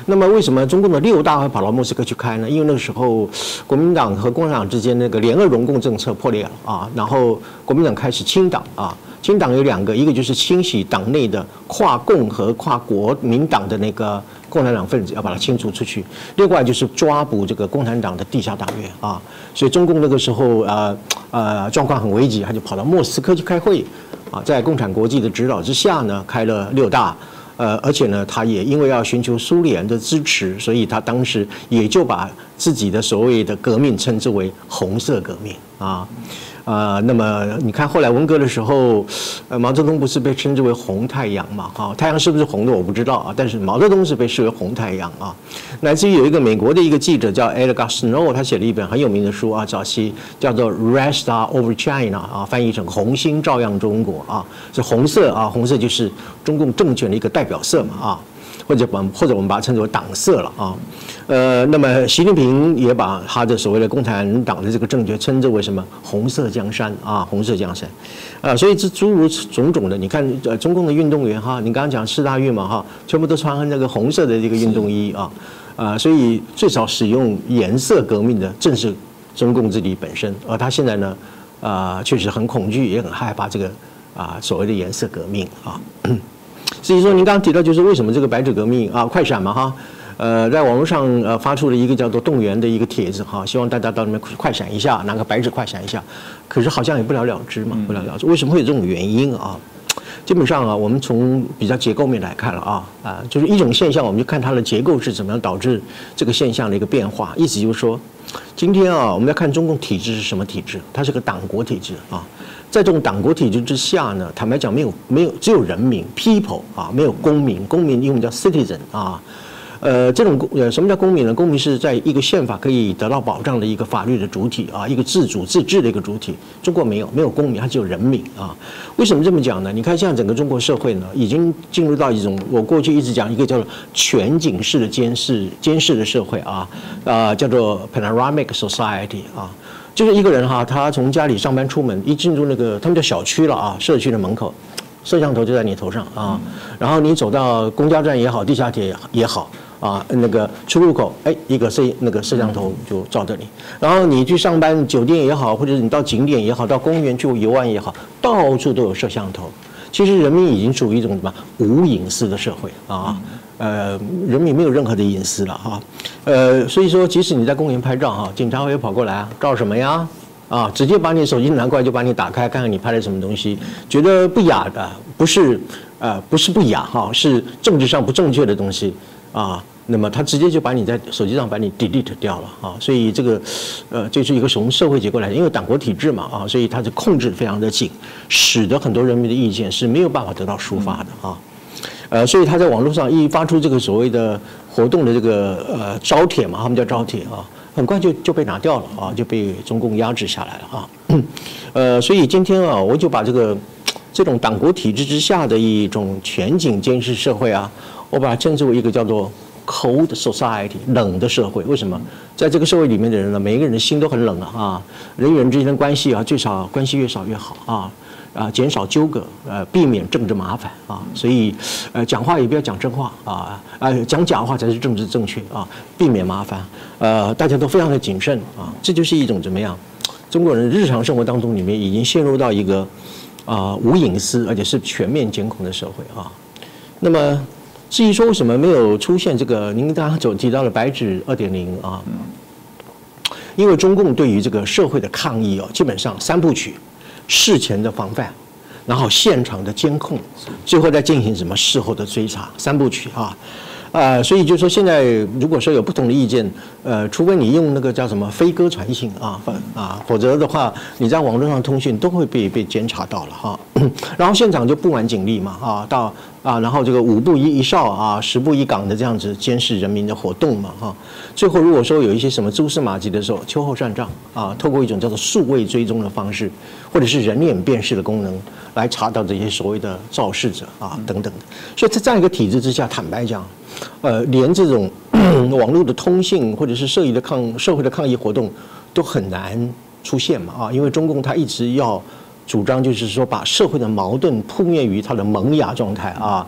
S3: 那么为什么中共的六大会跑到莫斯科去开呢？因为那个时候国民党和共产党之间那个联俄容共政策破裂了啊，然后国民党开始清党啊。清党有两个，一个就是清洗党内的跨共和、跨国民党的那个共产党分子，要把它清除出去；另外就是抓捕这个共产党的地下党员啊。所以中共那个时候呃呃状况很危急，他就跑到莫斯科去开会啊，在共产国际的指导之下呢，开了六大。呃，而且呢，他也因为要寻求苏联的支持，所以他当时也就把自己的所谓的革命称之为红色革命啊。呃，那么你看后来文革的时候，呃，毛泽东不是被称之为红太阳嘛？啊，太阳是不是红的我不知道啊，但是毛泽东是被视为红太阳啊。乃至于有一个美国的一个记者叫 Edgar Snow， 他写了一本很有名的书啊，早期叫做《Red Star Over China》啊，翻译成红星照耀中国啊，是红色啊，红色就是中共政权的一个代表色嘛啊。或者我们或者我们把它称之为党色了啊，呃，那么习近平也把他的所谓的共产党的这个政权称之为什么红色江山啊，红色江山，啊，所以这诸如种种的，你看呃，中共的运动员哈，你刚刚讲四大运嘛哈，全部都穿那个红色的这个运动衣啊，啊，所以最早使用颜色革命的正是中共自己本身，而他现在呢，啊，确实很恐惧，也很害怕这个啊所谓的颜色革命啊。所以说，您刚刚提到就是为什么这个白纸革命啊，快闪嘛哈，呃，在网络上呃发出了一个叫做动员的一个帖子哈，希望大家到那边快闪一下，拿个白纸快闪一下，可是好像也不了了之嘛，不了了之。为什么会有这种原因啊？基本上啊，我们从比较结构面来看了啊，啊，就是一种现象，我们就看它的结构是怎么样导致这个现象的一个变化。意思就是说，今天啊，我们要看中共体制是什么体制，它是个党国体制啊。在这种党国体制之下呢，坦白讲，没有没有只有人民 people 啊，没有公民，公民英文叫 citizen 啊，呃，这种呃什么叫公民呢？公民是在一个宪法可以得到保障的一个法律的主体啊，一个自主自治的一个主体。中国没有没有公民，它只有人民啊。为什么这么讲呢？你看，像整个中国社会呢，已经进入到一种我过去一直讲一个叫做全景式的监视监视的社会啊，啊，叫做 panoramic society 啊。就是一个人哈，他从家里上班出门，一进入那个他们叫小区了啊，社区的门口，摄像头就在你头上啊。然后你走到公交站也好，地下铁也好啊，那个出入口，哎，一个摄那个摄像头就照着你。然后你去上班，酒店也好，或者你到景点也好，到公园去游玩也好，到处都有摄像头。其实人民已经处于一种什么无隐私的社会啊。呃，人民没有任何的隐私了哈，呃，所以说，即使你在公园拍照哈，警察会跑过来啊，照什么呀？啊，直接把你手机拿过来就把你打开，看看你拍的什么东西，觉得不雅的，不是呃，不是不雅哈，是政治上不正确的东西啊，那么他直接就把你在手机上把你 delete 掉了啊，所以这个呃，这是一个从社会结构来讲，因为党国体制嘛啊，所以它是控制非常的紧，使得很多人民的意见是没有办法得到抒发的啊。呃，所以他在网络上一发出这个所谓的活动的这个呃招帖嘛，他们叫招帖啊，很快就就被拿掉了啊，就被中共压制下来了啊。呃，所以今天啊，我就把这个这种党国体制之下的一种全景监视社会啊，我把它称之为一个叫做 cold society 冷的社会。为什么？在这个社会里面的人呢，每一个人的心都很冷啊，啊，人与人之间的关系啊，最少关系越少越好啊。啊，减少纠葛，呃，避免政治麻烦啊，所以，呃，讲话也不要讲真话啊，啊，讲假话才是政治正确啊，避免麻烦，呃，大家都非常的谨慎啊，这就是一种怎么样？中国人日常生活当中里面已经陷入到一个啊无隐私而且是全面监控的社会啊。那么，至于说为什么没有出现这个您刚刚所提到的白纸二点零啊？因为中共对于这个社会的抗议哦，基本上三部曲。事前的防范，然后现场的监控，最后再进行什么事后的追查，三部曲啊，呃，所以就说现在如果说有不同的意见，呃，除非你用那个叫什么飞鸽传信啊啊，否则的话你在网络上通讯都会被被监察到了哈。然后现场就布满警力嘛啊，到啊，然后这个五步一一哨啊，十步一岗的这样子监视人民的活动嘛哈。最后如果说有一些什么蛛丝马迹的时候，秋后算账啊，透过一种叫做数位追踪的方式，或者是人脸辨识的功能来查到这些所谓的肇事者啊等等的。所以在这样一个体制之下，坦白讲，呃，连这种网络的通信或者是社会的抗社会的抗议活动都很难出现嘛啊，因为中共它一直要主张就是说把社会的矛盾扑灭于它的萌芽状态啊。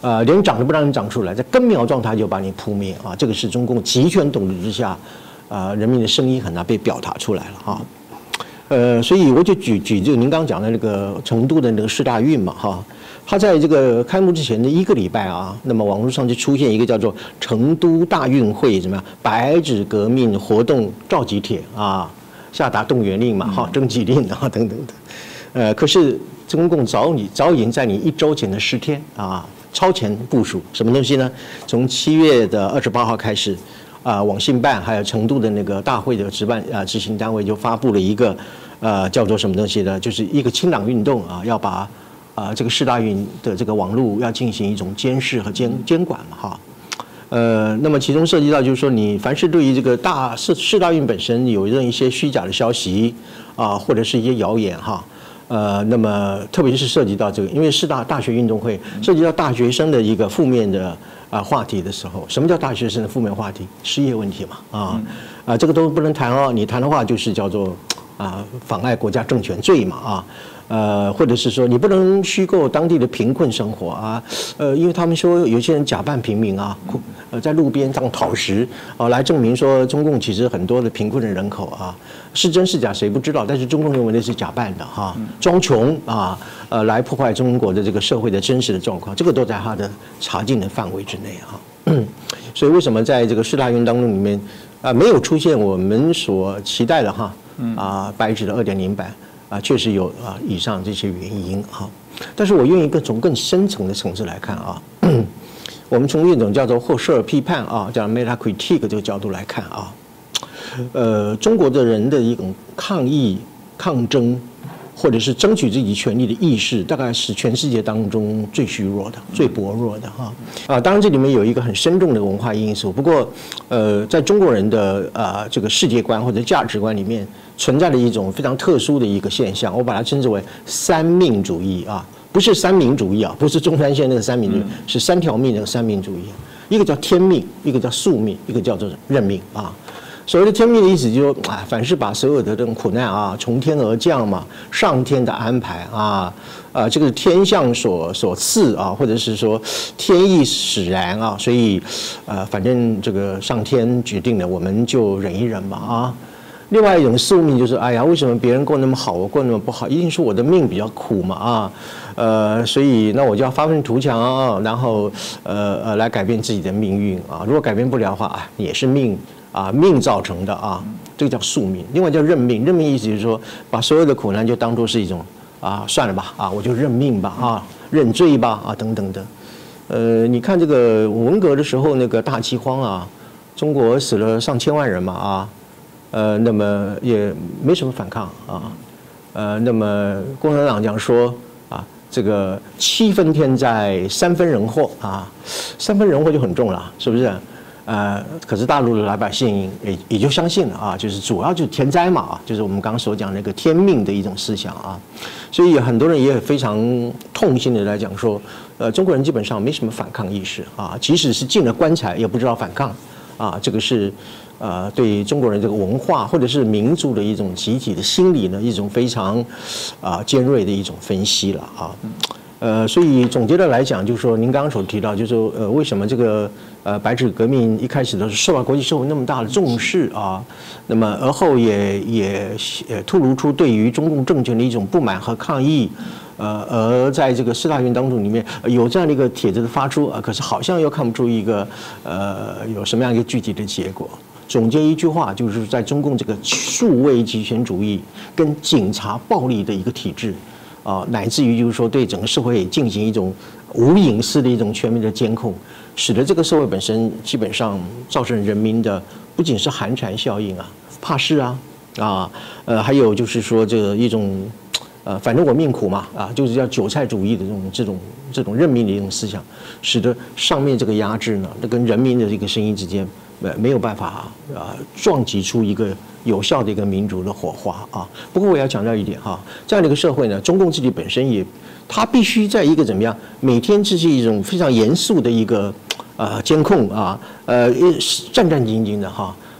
S3: 呃，连长都不让你长出来，在根苗状态就把你扑灭啊！这个是中共集权统治之下，啊，人民的声音很难被表达出来了哈。呃，所以我就举举就您刚刚讲的那个成都的那个世大运嘛哈。他在这个开幕之前的一个礼拜啊，那么网络上就出现一个叫做“成都大运会”怎么样？白纸革命活动召集帖啊，下达动员令嘛，哈，征集令啊，等等等。呃，可是中共早你早已经在你一周前的十天啊，超前部署什么东西呢？从七月的二十八号开始，啊，网信办还有成都的那个大会的执办啊执行单位就发布了一个呃叫做什么东西呢？就是一个清朗运动啊，要把啊，这个世大运的这个网络要进行一种监视和监监管嘛，哈，呃，那么其中涉及到就是说，你凡是对于这个大世世大运本身有任一些虚假的消息啊，或者是一些谣言哈，呃，那么特别是涉及到这个，因为世大大学运动会涉及到大学生的一个负面的啊话题的时候，什么叫大学生的负面话题？失业问题嘛，啊啊，这个都不能谈哦，你谈的话就是叫做啊妨碍国家政权罪嘛，啊。呃，或者是说你不能虚构当地的贫困生活啊，呃，因为他们说有些人假扮平民啊，呃，在路边上讨食啊，来证明说中共其实很多的贫困的人口啊，是真是假谁不知道，但是中共认为那是假扮的哈，装穷啊，呃，来破坏中国的这个社会的真实的状况，这个都在他的查禁的范围之内哈。所以为什么在这个世大运当中里面啊，没有出现我们所期待的哈啊白纸的二点零版？啊，确实有啊以上这些原因哈，但是我愿意更从更深层的层次来看啊，我们从一种叫做霍舍尔批判啊，叫 metacritic 这个角度来看啊，呃，中国的人的一种抗议、抗争，或者是争取自己权利的意识，大概是全世界当中最虚弱的、最薄弱的哈。啊，当然这里面有一个很深重的文化因素，不过呃，在中国人的啊这个世界观或者价值观里面。存在的一种非常特殊的一个现象，我把它称之为三命主义啊，不是三民主义啊，不是中山县那个三民主义，嗯、是三条命那个三民主义。一个叫天命，一个叫宿命，一个叫做任命啊。所谓的天命的意思就是说，啊，凡是把所有的这种苦难啊，从天而降嘛，上天的安排啊，啊，这个天象所所赐啊，或者是说天意使然啊，所以，呃，反正这个上天决定了，我们就忍一忍嘛啊。另外一种宿命就是，哎呀，为什么别人过那么好，我过那么不好？一定是我的命比较苦嘛啊，呃，所以那我就要发愤图强啊，然后呃呃来改变自己的命运啊。如果改变不了的话，啊，也是命啊命造成的啊，这个叫宿命。另外叫认命，认命意思就是说，把所有的苦难就当作是一种啊，算了吧啊，我就认命吧啊，认罪吧啊，等等等。呃，你看这个文革的时候那个大饥荒啊，中国死了上千万人嘛啊。呃，那么也没什么反抗啊，呃，那么共产党讲说啊，这个七分天灾，三分人祸啊，三分人祸就很重了，是不是？呃，可是大陆的老百姓也也就相信了啊，就是主要就是天灾嘛啊，就是我们刚刚所讲那个天命的一种思想啊，所以很多人也非常痛心的来讲说，呃，中国人基本上没什么反抗意识啊，即使是进了棺材也不知道反抗啊，这个是。呃，对中国人这个文化或者是民族的一种集体的心理呢，一种非常啊、呃、尖锐的一种分析了啊。呃，所以总结的来讲，就是说您刚刚所提到，就是说呃，为什么这个呃白纸革命一开始都是受到国际社会那么大的重视啊？那么而后也也也吐露出对于中共政权的一种不满和抗议。呃，而在这个世大运当中里面有这样的一个帖子的发出啊，可是好像又看不出一个呃有什么样一个具体的结果。总结一句话，就是在中共这个数位极权主义跟警察暴力的一个体制啊，乃至于就是说对整个社会进行一种无隐私的一种全面的监控，使得这个社会本身基本上造成人民的不仅是寒蝉效应啊，怕事啊啊，呃，还有就是说这个一种。呃，反正我命苦嘛，啊，就是叫韭菜主义的这种这种这种任命的一种思想，使得上面这个压制呢，那跟人民的这个声音之间，呃，没有办法啊、呃，撞击出一个有效的一个民主的火花啊。不过我要强调一点哈，这样的一个社会呢，中共自己本身也，它必须在一个怎么样，每天这是一种非常严肃的一个呃监控啊，呃战战兢兢的哈。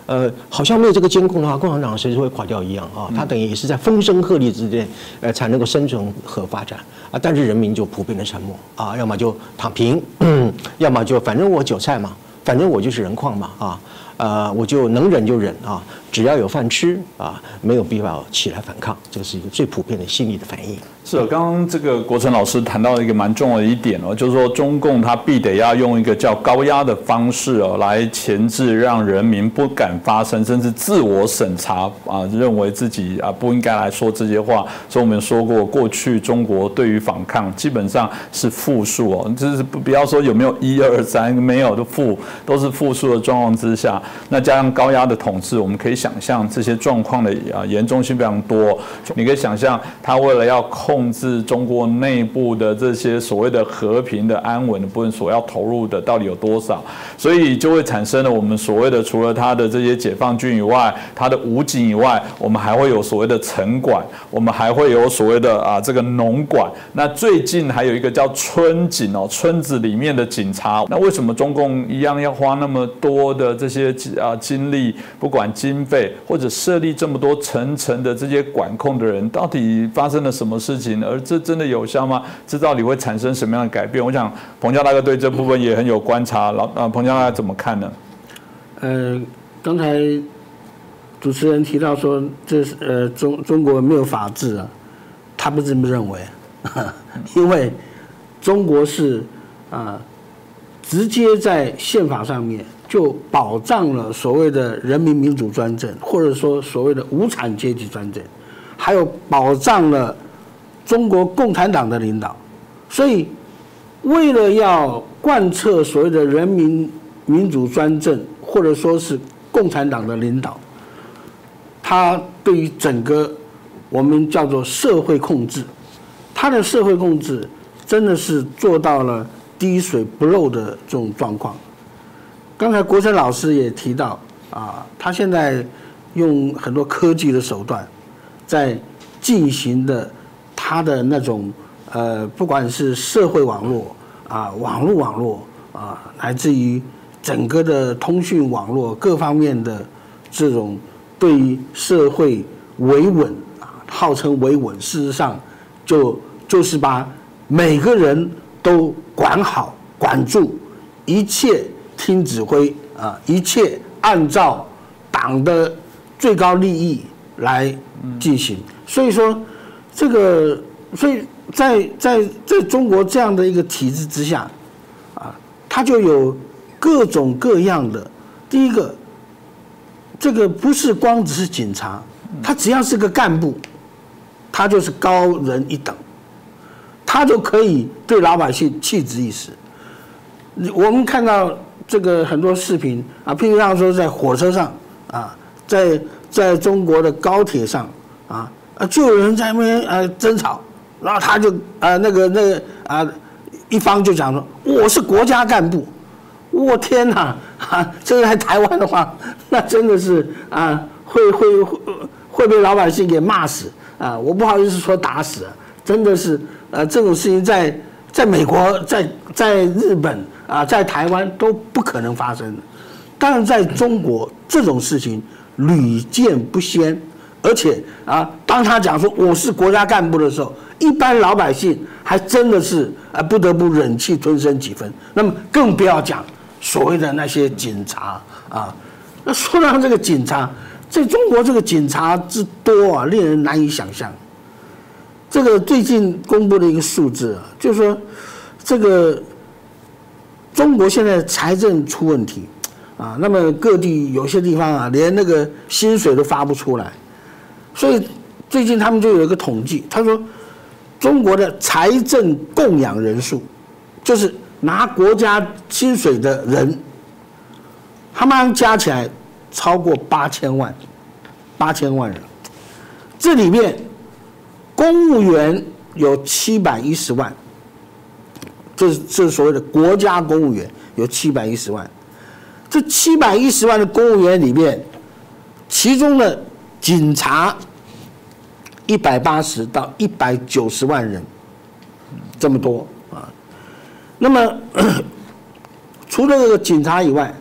S3: 呃，好像没有这个监控的话，共产党随时会垮掉一样啊。它等于也是在风声鹤唳之间，呃，才能够生存和发展啊。但是人民就普遍的沉默啊，要么就躺平，要么就反正我韭菜嘛，反正我就是人矿嘛啊，呃，我就能忍就忍啊，只要有饭吃啊，没有必要起来反抗，这个是一个最普遍的心理的反应。
S1: 是，刚刚这个国成老师谈到一个蛮重要的一点哦，就是说中共它必得要用一个叫高压的方式哦，来钳制让人民不敢发声，甚至自我审查啊，认为自己啊不应该来说这些话。所以我们说过，过去中国对于反抗基本上是负数哦，就是不要说有没有一二三，没有的负，都是负数的状况之下，那加上高压的统治，我们可以想象这些状况的啊严重性非常多。你可以想象，他为了要控控制中国内部的这些所谓的和平的安稳的部分所要投入的到底有多少，所以就会产生了我们所谓的除了他的这些解放军以外，他的武警以外，我们还会有所谓的城管，我们还会有所谓的啊这个农管，那最近还有一个叫村警哦，村子里面的警察。那为什么中共一样要花那么多的这些啊精力，不管经费或者设立这么多层层的这些管控的人，到底发生了什么事情？而这真的有效吗？这到底会产生什么样的改变？我想彭家大哥对这部分也很有观察。老呃，彭家大哥怎么看呢？
S4: 呃，刚才主持人提到说，这是呃中中国没有法治啊，他不这么认为，因为中国是啊、呃、直接在宪法上面就保障了所谓的人民民主专政，或者说所谓的无产阶级专政，还有保障了中国共产党的领导，所以为了要贯彻所谓的人民民主专政，或者说是共产党的领导，他对于整个我们叫做社会控制，他的社会控制真的是做到了滴水不漏的这种状况。刚才国成老师也提到啊，他现在用很多科技的手段在进行的他的那种呃，不管是社会网络啊、网络网络啊，乃至于整个的通讯网络各方面的这种对于社会维稳啊，号称维稳，事实上就就是把每个人都管好、管住，一切听指挥啊，一切按照党的最高利益来进行。所以说，这个，所以在在在中国这样的一个体制之下，啊，它就有各种各样的。第一个，这个不是光只是警察，他只要是个干部，他就是高人一等，他就可以对老百姓弃之一死。我们看到这个很多视频啊，譬如像说在火车上啊，在在中国的高铁上啊。啊，就有人在那边呃争吵，然后他就啊那个那个啊一方就讲说我是国家干部，我天哪啊！这个在台湾的话，那真的是啊会会会会被老百姓给骂死啊！我不好意思说打死，真的是呃这种事情在在美国、在在日本啊、在台湾都不可能发生的，但是在中国这种事情屡见不鲜。而且啊，当他讲说我是国家干部的时候，一般老百姓还真的是啊不得不忍气吞声几分。那么更不要讲所谓的那些警察啊。那说到这个警察，在中国这个警察之多啊，令人难以想象。这个最近公布的一个数字啊，就是说这个中国现在财政出问题啊，那么各地有些地方啊，连那个薪水都发不出来。所以最近他们就有一个统计，他说中国的财政供养人数，就是拿国家薪水的人，他们加起来超过八千万，八千万人。这里面公务员有七百一十万，这是这是所谓的国家公务员有七百一十万。这七百一十万的公务员里面，其中的警察一百八十到一百九十万人，这么多啊。那么除了这个警察以外，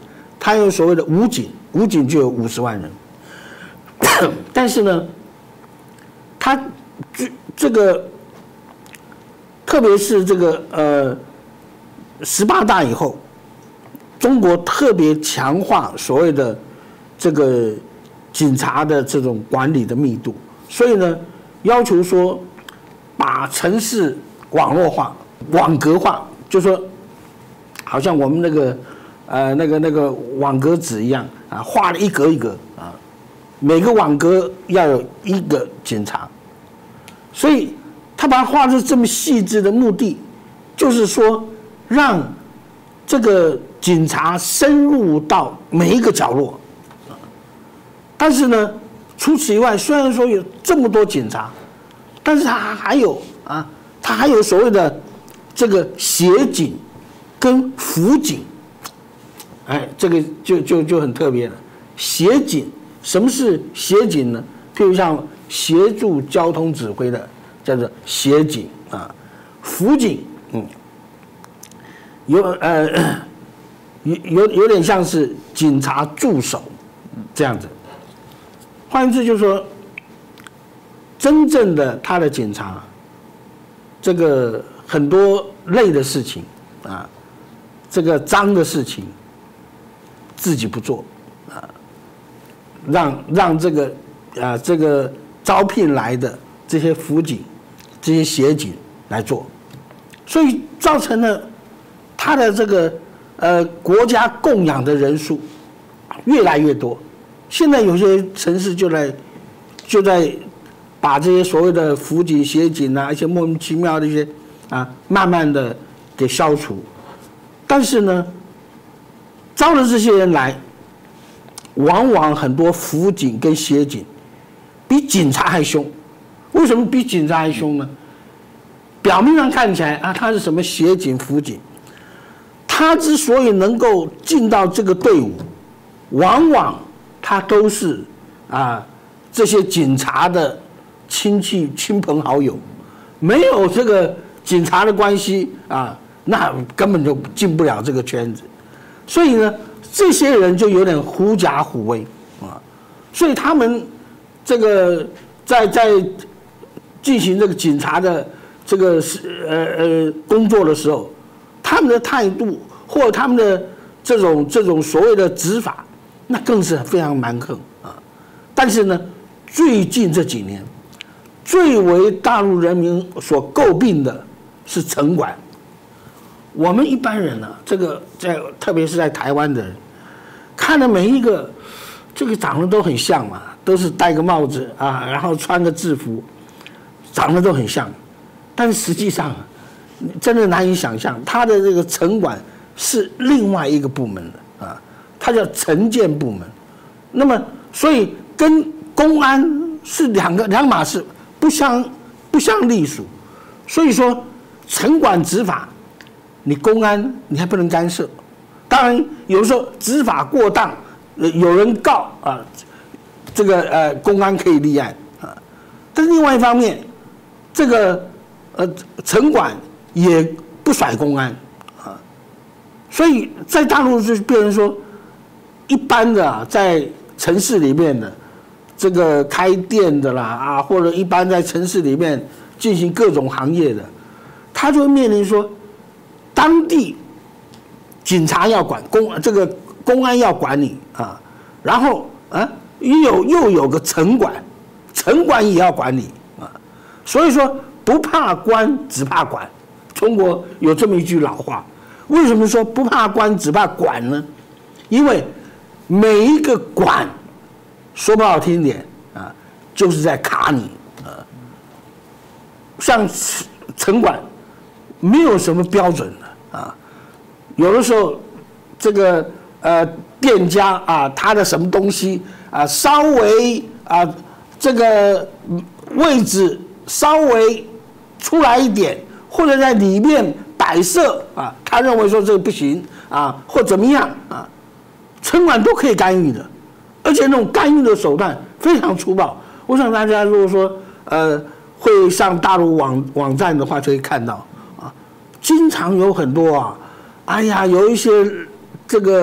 S4: 他有所谓的武警，武警就有五十万人，但是呢，他这这个，特别是这个呃十八大以后，中国特别强化所谓的这个警察的这种管理的密度，所以呢，要求说把城市网络化、网格化，就说好像我们那个呃那个那个网格纸一样啊，画了一格一格啊，每个网格要有一个警察，所以他把它画出这么细致的目的，就是说让这个警察深入到每一个角落。但是呢，除此以外，虽然说有这么多警察，但是他还有啊，他还有所谓的这个协警跟辅警，哎，这个就就就很特别了。协警，什么是协警呢？譬如像协助交通指挥的，叫做协警啊。辅警，嗯，有呃有有有点像是警察助手这样子。换言之，就是说，真正的他的警察，这个很多累的事情啊，这个脏的事情，自己不做啊，让让这个啊这个招聘来的这些辅警、这些协警来做，所以造成了他的这个呃国家供养的人数越来越多。现在有些城市就在就在把这些所谓的辅警、协警啊，一些莫名其妙的一些啊，慢慢的给消除。但是呢，招了这些人来，往往很多辅警跟协警比警察还凶。为什么比警察还凶呢？表面上看起来啊，他是什么协警、辅警，他之所以能够进到这个队伍，往往他都是啊这些警察的亲戚、亲朋好友，没有这个警察的关系啊，那根本就进不了这个圈子。所以呢，这些人就有点狐假虎威啊。所以他们这个在在进行这个警察的这个呃呃工作的时候，他们的态度或者他们的这种这种所谓的执法，那更是非常蛮横啊！但是呢，最近这几年，最为大陆人民所诟病的是城管。我们一般人呢、啊，这个在特别是在台湾的人，看了每一个这个长得都很像嘛，都是戴个帽子啊，然后穿个制服，长得都很像，但是实际上真的难以想象，他的这个城管是另外一个部门的啊。它叫城建部门，那么所以跟公安是两个两码事，不相不相隶属。所以说，城管执法，你公安你还不能干涉。当然，有时候执法过当，有人告啊，这个呃公安可以立案啊。但是另外一方面，这个呃城管也不甩公安啊，所以在大陆就变成说。一般的、啊、在城市里面的这个开店的啦啊，或者一般在城市里面进行各种行业的，他就会面临说，当地警察要管公这个公安要管你啊，然后啊又有又有个城管，城管也要管你啊，所以说不怕官只怕管。中国有这么一句老话，为什么说不怕官只怕管呢？因为每一个管，说不好听点啊，就是在卡你啊。像城管，没有什么标准的啊。有的时候，这个呃店家啊，他的什么东西啊，稍微啊这个位置稍微出来一点，或者在里面摆设啊，他认为说这个不行啊，或怎么样啊。城管都可以干预的，而且那种干预的手段非常粗暴。我想大家如果说呃会上大陆网网站的话，就会看到啊，经常有很多啊，哎呀，有一些这个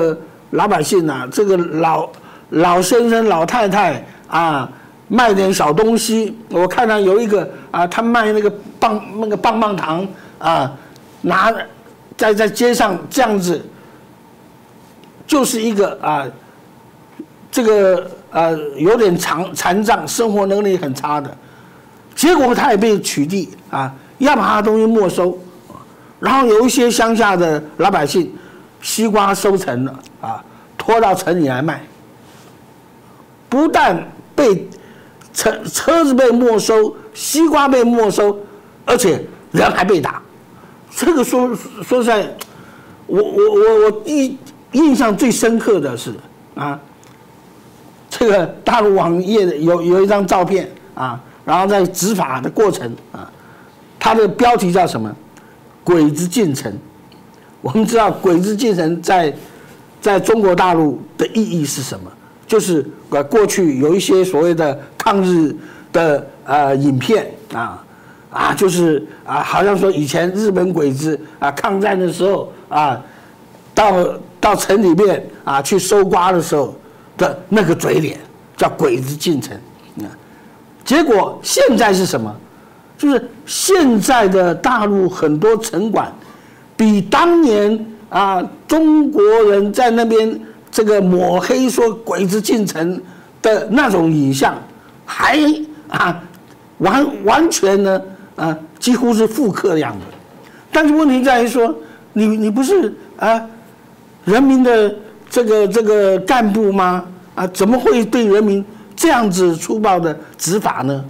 S4: 老百姓啊，这个老老先生、老太太啊，卖点小东西。我看到有一个啊，他卖那个棒那个棒棒糖啊，拿在在街上这样子，就是一个啊，这个呃有点残残障，生活能力很差的，结果他也被取缔啊，要把他的东西没收。然后有一些乡下的老百姓，西瓜收成了啊，拖到城里来卖，不但被车车子被没收，西瓜被没收，而且人还被打。这个说说实在，我我我我印印象最深刻的是啊，这个大陆网页的有有一张照片啊，然后在执法的过程啊，它的标题叫什么？鬼子进城。我们知道鬼子进城在在中国大陆的意义是什么？就是呃过去有一些所谓的抗日的呃影片啊啊，就是啊好像说以前日本鬼子啊抗战的时候啊，到到城里面啊去搜刮的时候的那个嘴脸，叫鬼子进城啊。结果现在是什么？就是现在的大陆很多城管，比当年啊中国人在那边这个抹黑说鬼子进城的那种影像，还啊完完全呢啊几乎是复刻的样子。但是问题在于说，你你不是啊人民的这个这个干部吗？啊怎么会对人民这样子粗暴的执法呢？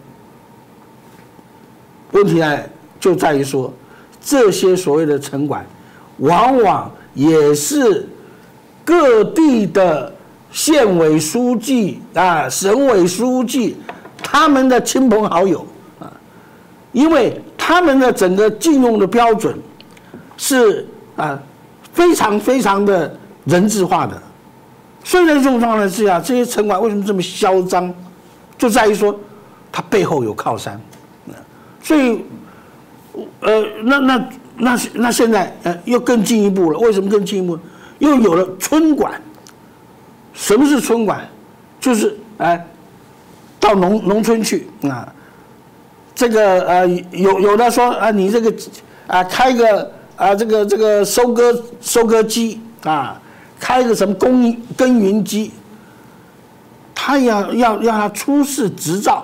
S4: 问题呢就在于说，这些所谓的城管，往往也是各地的县委书记啊、省委书记他们的亲朋好友啊，因为他们的整个禁用的标准是啊非常非常的人治化的，所以在这种状况之下，这些城管为什么这么嚣张，就在于说他背后有靠山。所以，呃，那那那那现在呃又更进一步了。为什么更进一步？又有了村管。什么是村管？就是哎、呃，到农农村去啊，这个呃有有的说啊，你这个啊开个啊这个这个收割收割机啊，开个什么耕耕耘机，他要要要他出示执照。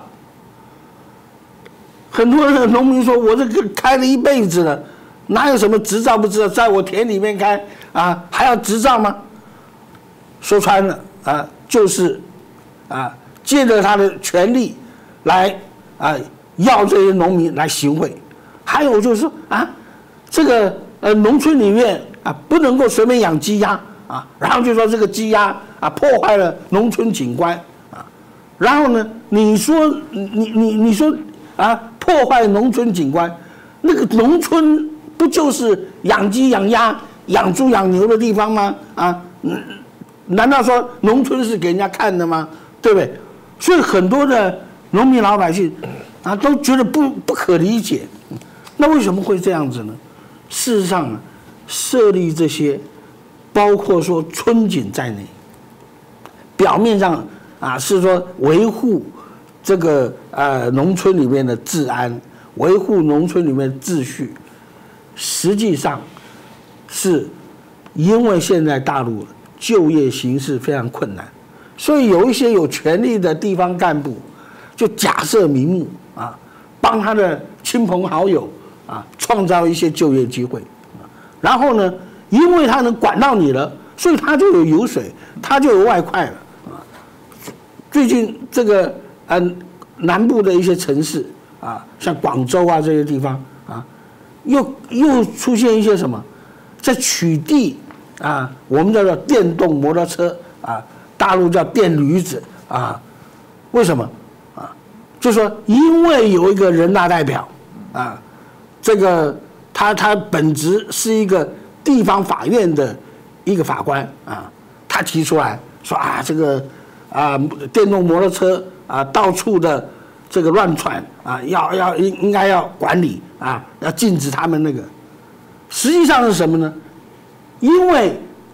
S4: 很多的农民说：“我这个开了一辈子了，哪有什么执照不知道？在我田里面开啊，还要执照吗？”说穿了啊，就是啊，借着他的权利来啊要这些农民来行贿。还有就是说啊，这个呃农村里面啊不能够随便养鸡鸭啊，然后就说这个鸡鸭啊破坏了农村景观啊，然后呢，你说你你你说啊。破坏农村景观，那个农村不就是养鸡养鸭养猪养牛的地方吗？啊，难道说农村是给人家看的吗？对不对？所以很多的农民老百姓啊都觉得不不可理解。那为什么会这样子呢？事实上啊，设立这些，包括说村警在内，表面上啊是说维护。这个呃农村里面的治安，维护农村里面的秩序，实际上是因为现在大陆就业形势非常困难，所以有一些有权力的地方干部就假设名目啊，帮他的亲朋好友啊创造一些就业机会，然后呢，因为他能管到你了，所以他就有油水，他就有外快了啊。最近这个。嗯，南部的一些城市啊，像广州啊这些地方啊，又又出现一些什么，在取缔啊，我们叫做电动摩托车啊，大陆叫电驴子啊，为什么啊？就说因为有一个人大代表啊，这个他他本职是一个地方法院的一个法官啊，他提出来说啊，这个啊电动摩托车。啊，到处的这个乱窜啊，要要应应该要管理啊，要禁止他们那个。实际上是什么呢？因为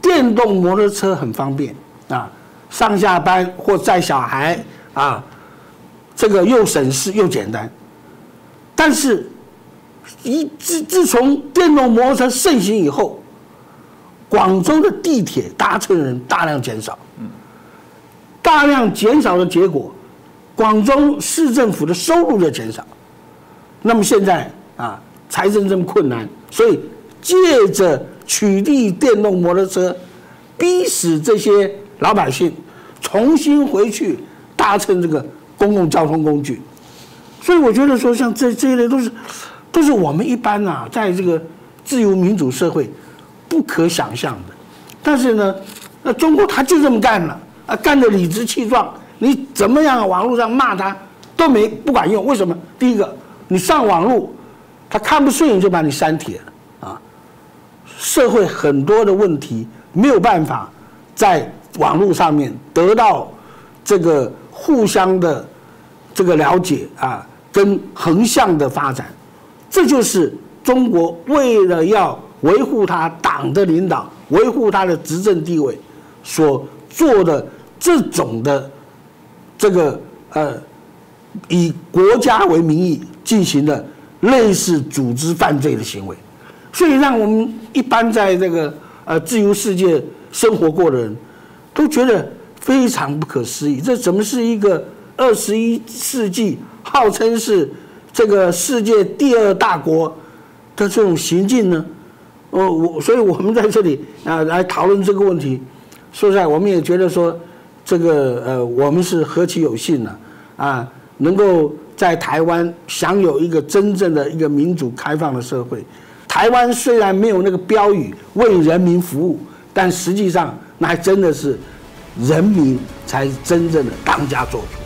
S4: 电动摩托车很方便啊，上下班或载小孩啊，这个又省事又简单。但是，一自自从电动摩托车盛行以后，广州的地铁搭乘人大量减少，大量减少的结果，广州市政府的收入就减少。那么现在啊，财政这么困难，所以借着取缔电动摩托车，逼使这些老百姓重新回去搭乘这个公共交通工具。所以我觉得说，像这这一类都是都是我们一般啊，在这个自由民主社会不可想象的。但是呢，那中国他就这么干了啊，干得理直气壮。你怎么样网络上骂他都没不管用，为什么？第一个，你上网络，他看不顺眼就把你删帖了啊。社会很多的问题没有办法在网络上面得到这个互相的这个了解啊，跟横向的发展，这就是中国为了要维护他党的领导，维护他的执政地位所做的这种的这个呃以国家为名义进行的类似组织犯罪的行为，所以让我们一般在这个呃自由世界生活过的人都觉得非常不可思议，这怎么是一个二十一世纪号称是这个世界第二大国的这种行径呢？哦，我所以我们在这里啊来讨论这个问题，说实在，我们也觉得说，这个呃，我们是何其有幸呢啊，啊，能够在台湾享有一个真正的一个民主开放的社会。台湾虽然没有那个标语为人民服务，但实际上那还真的是人民才真正的当家作主。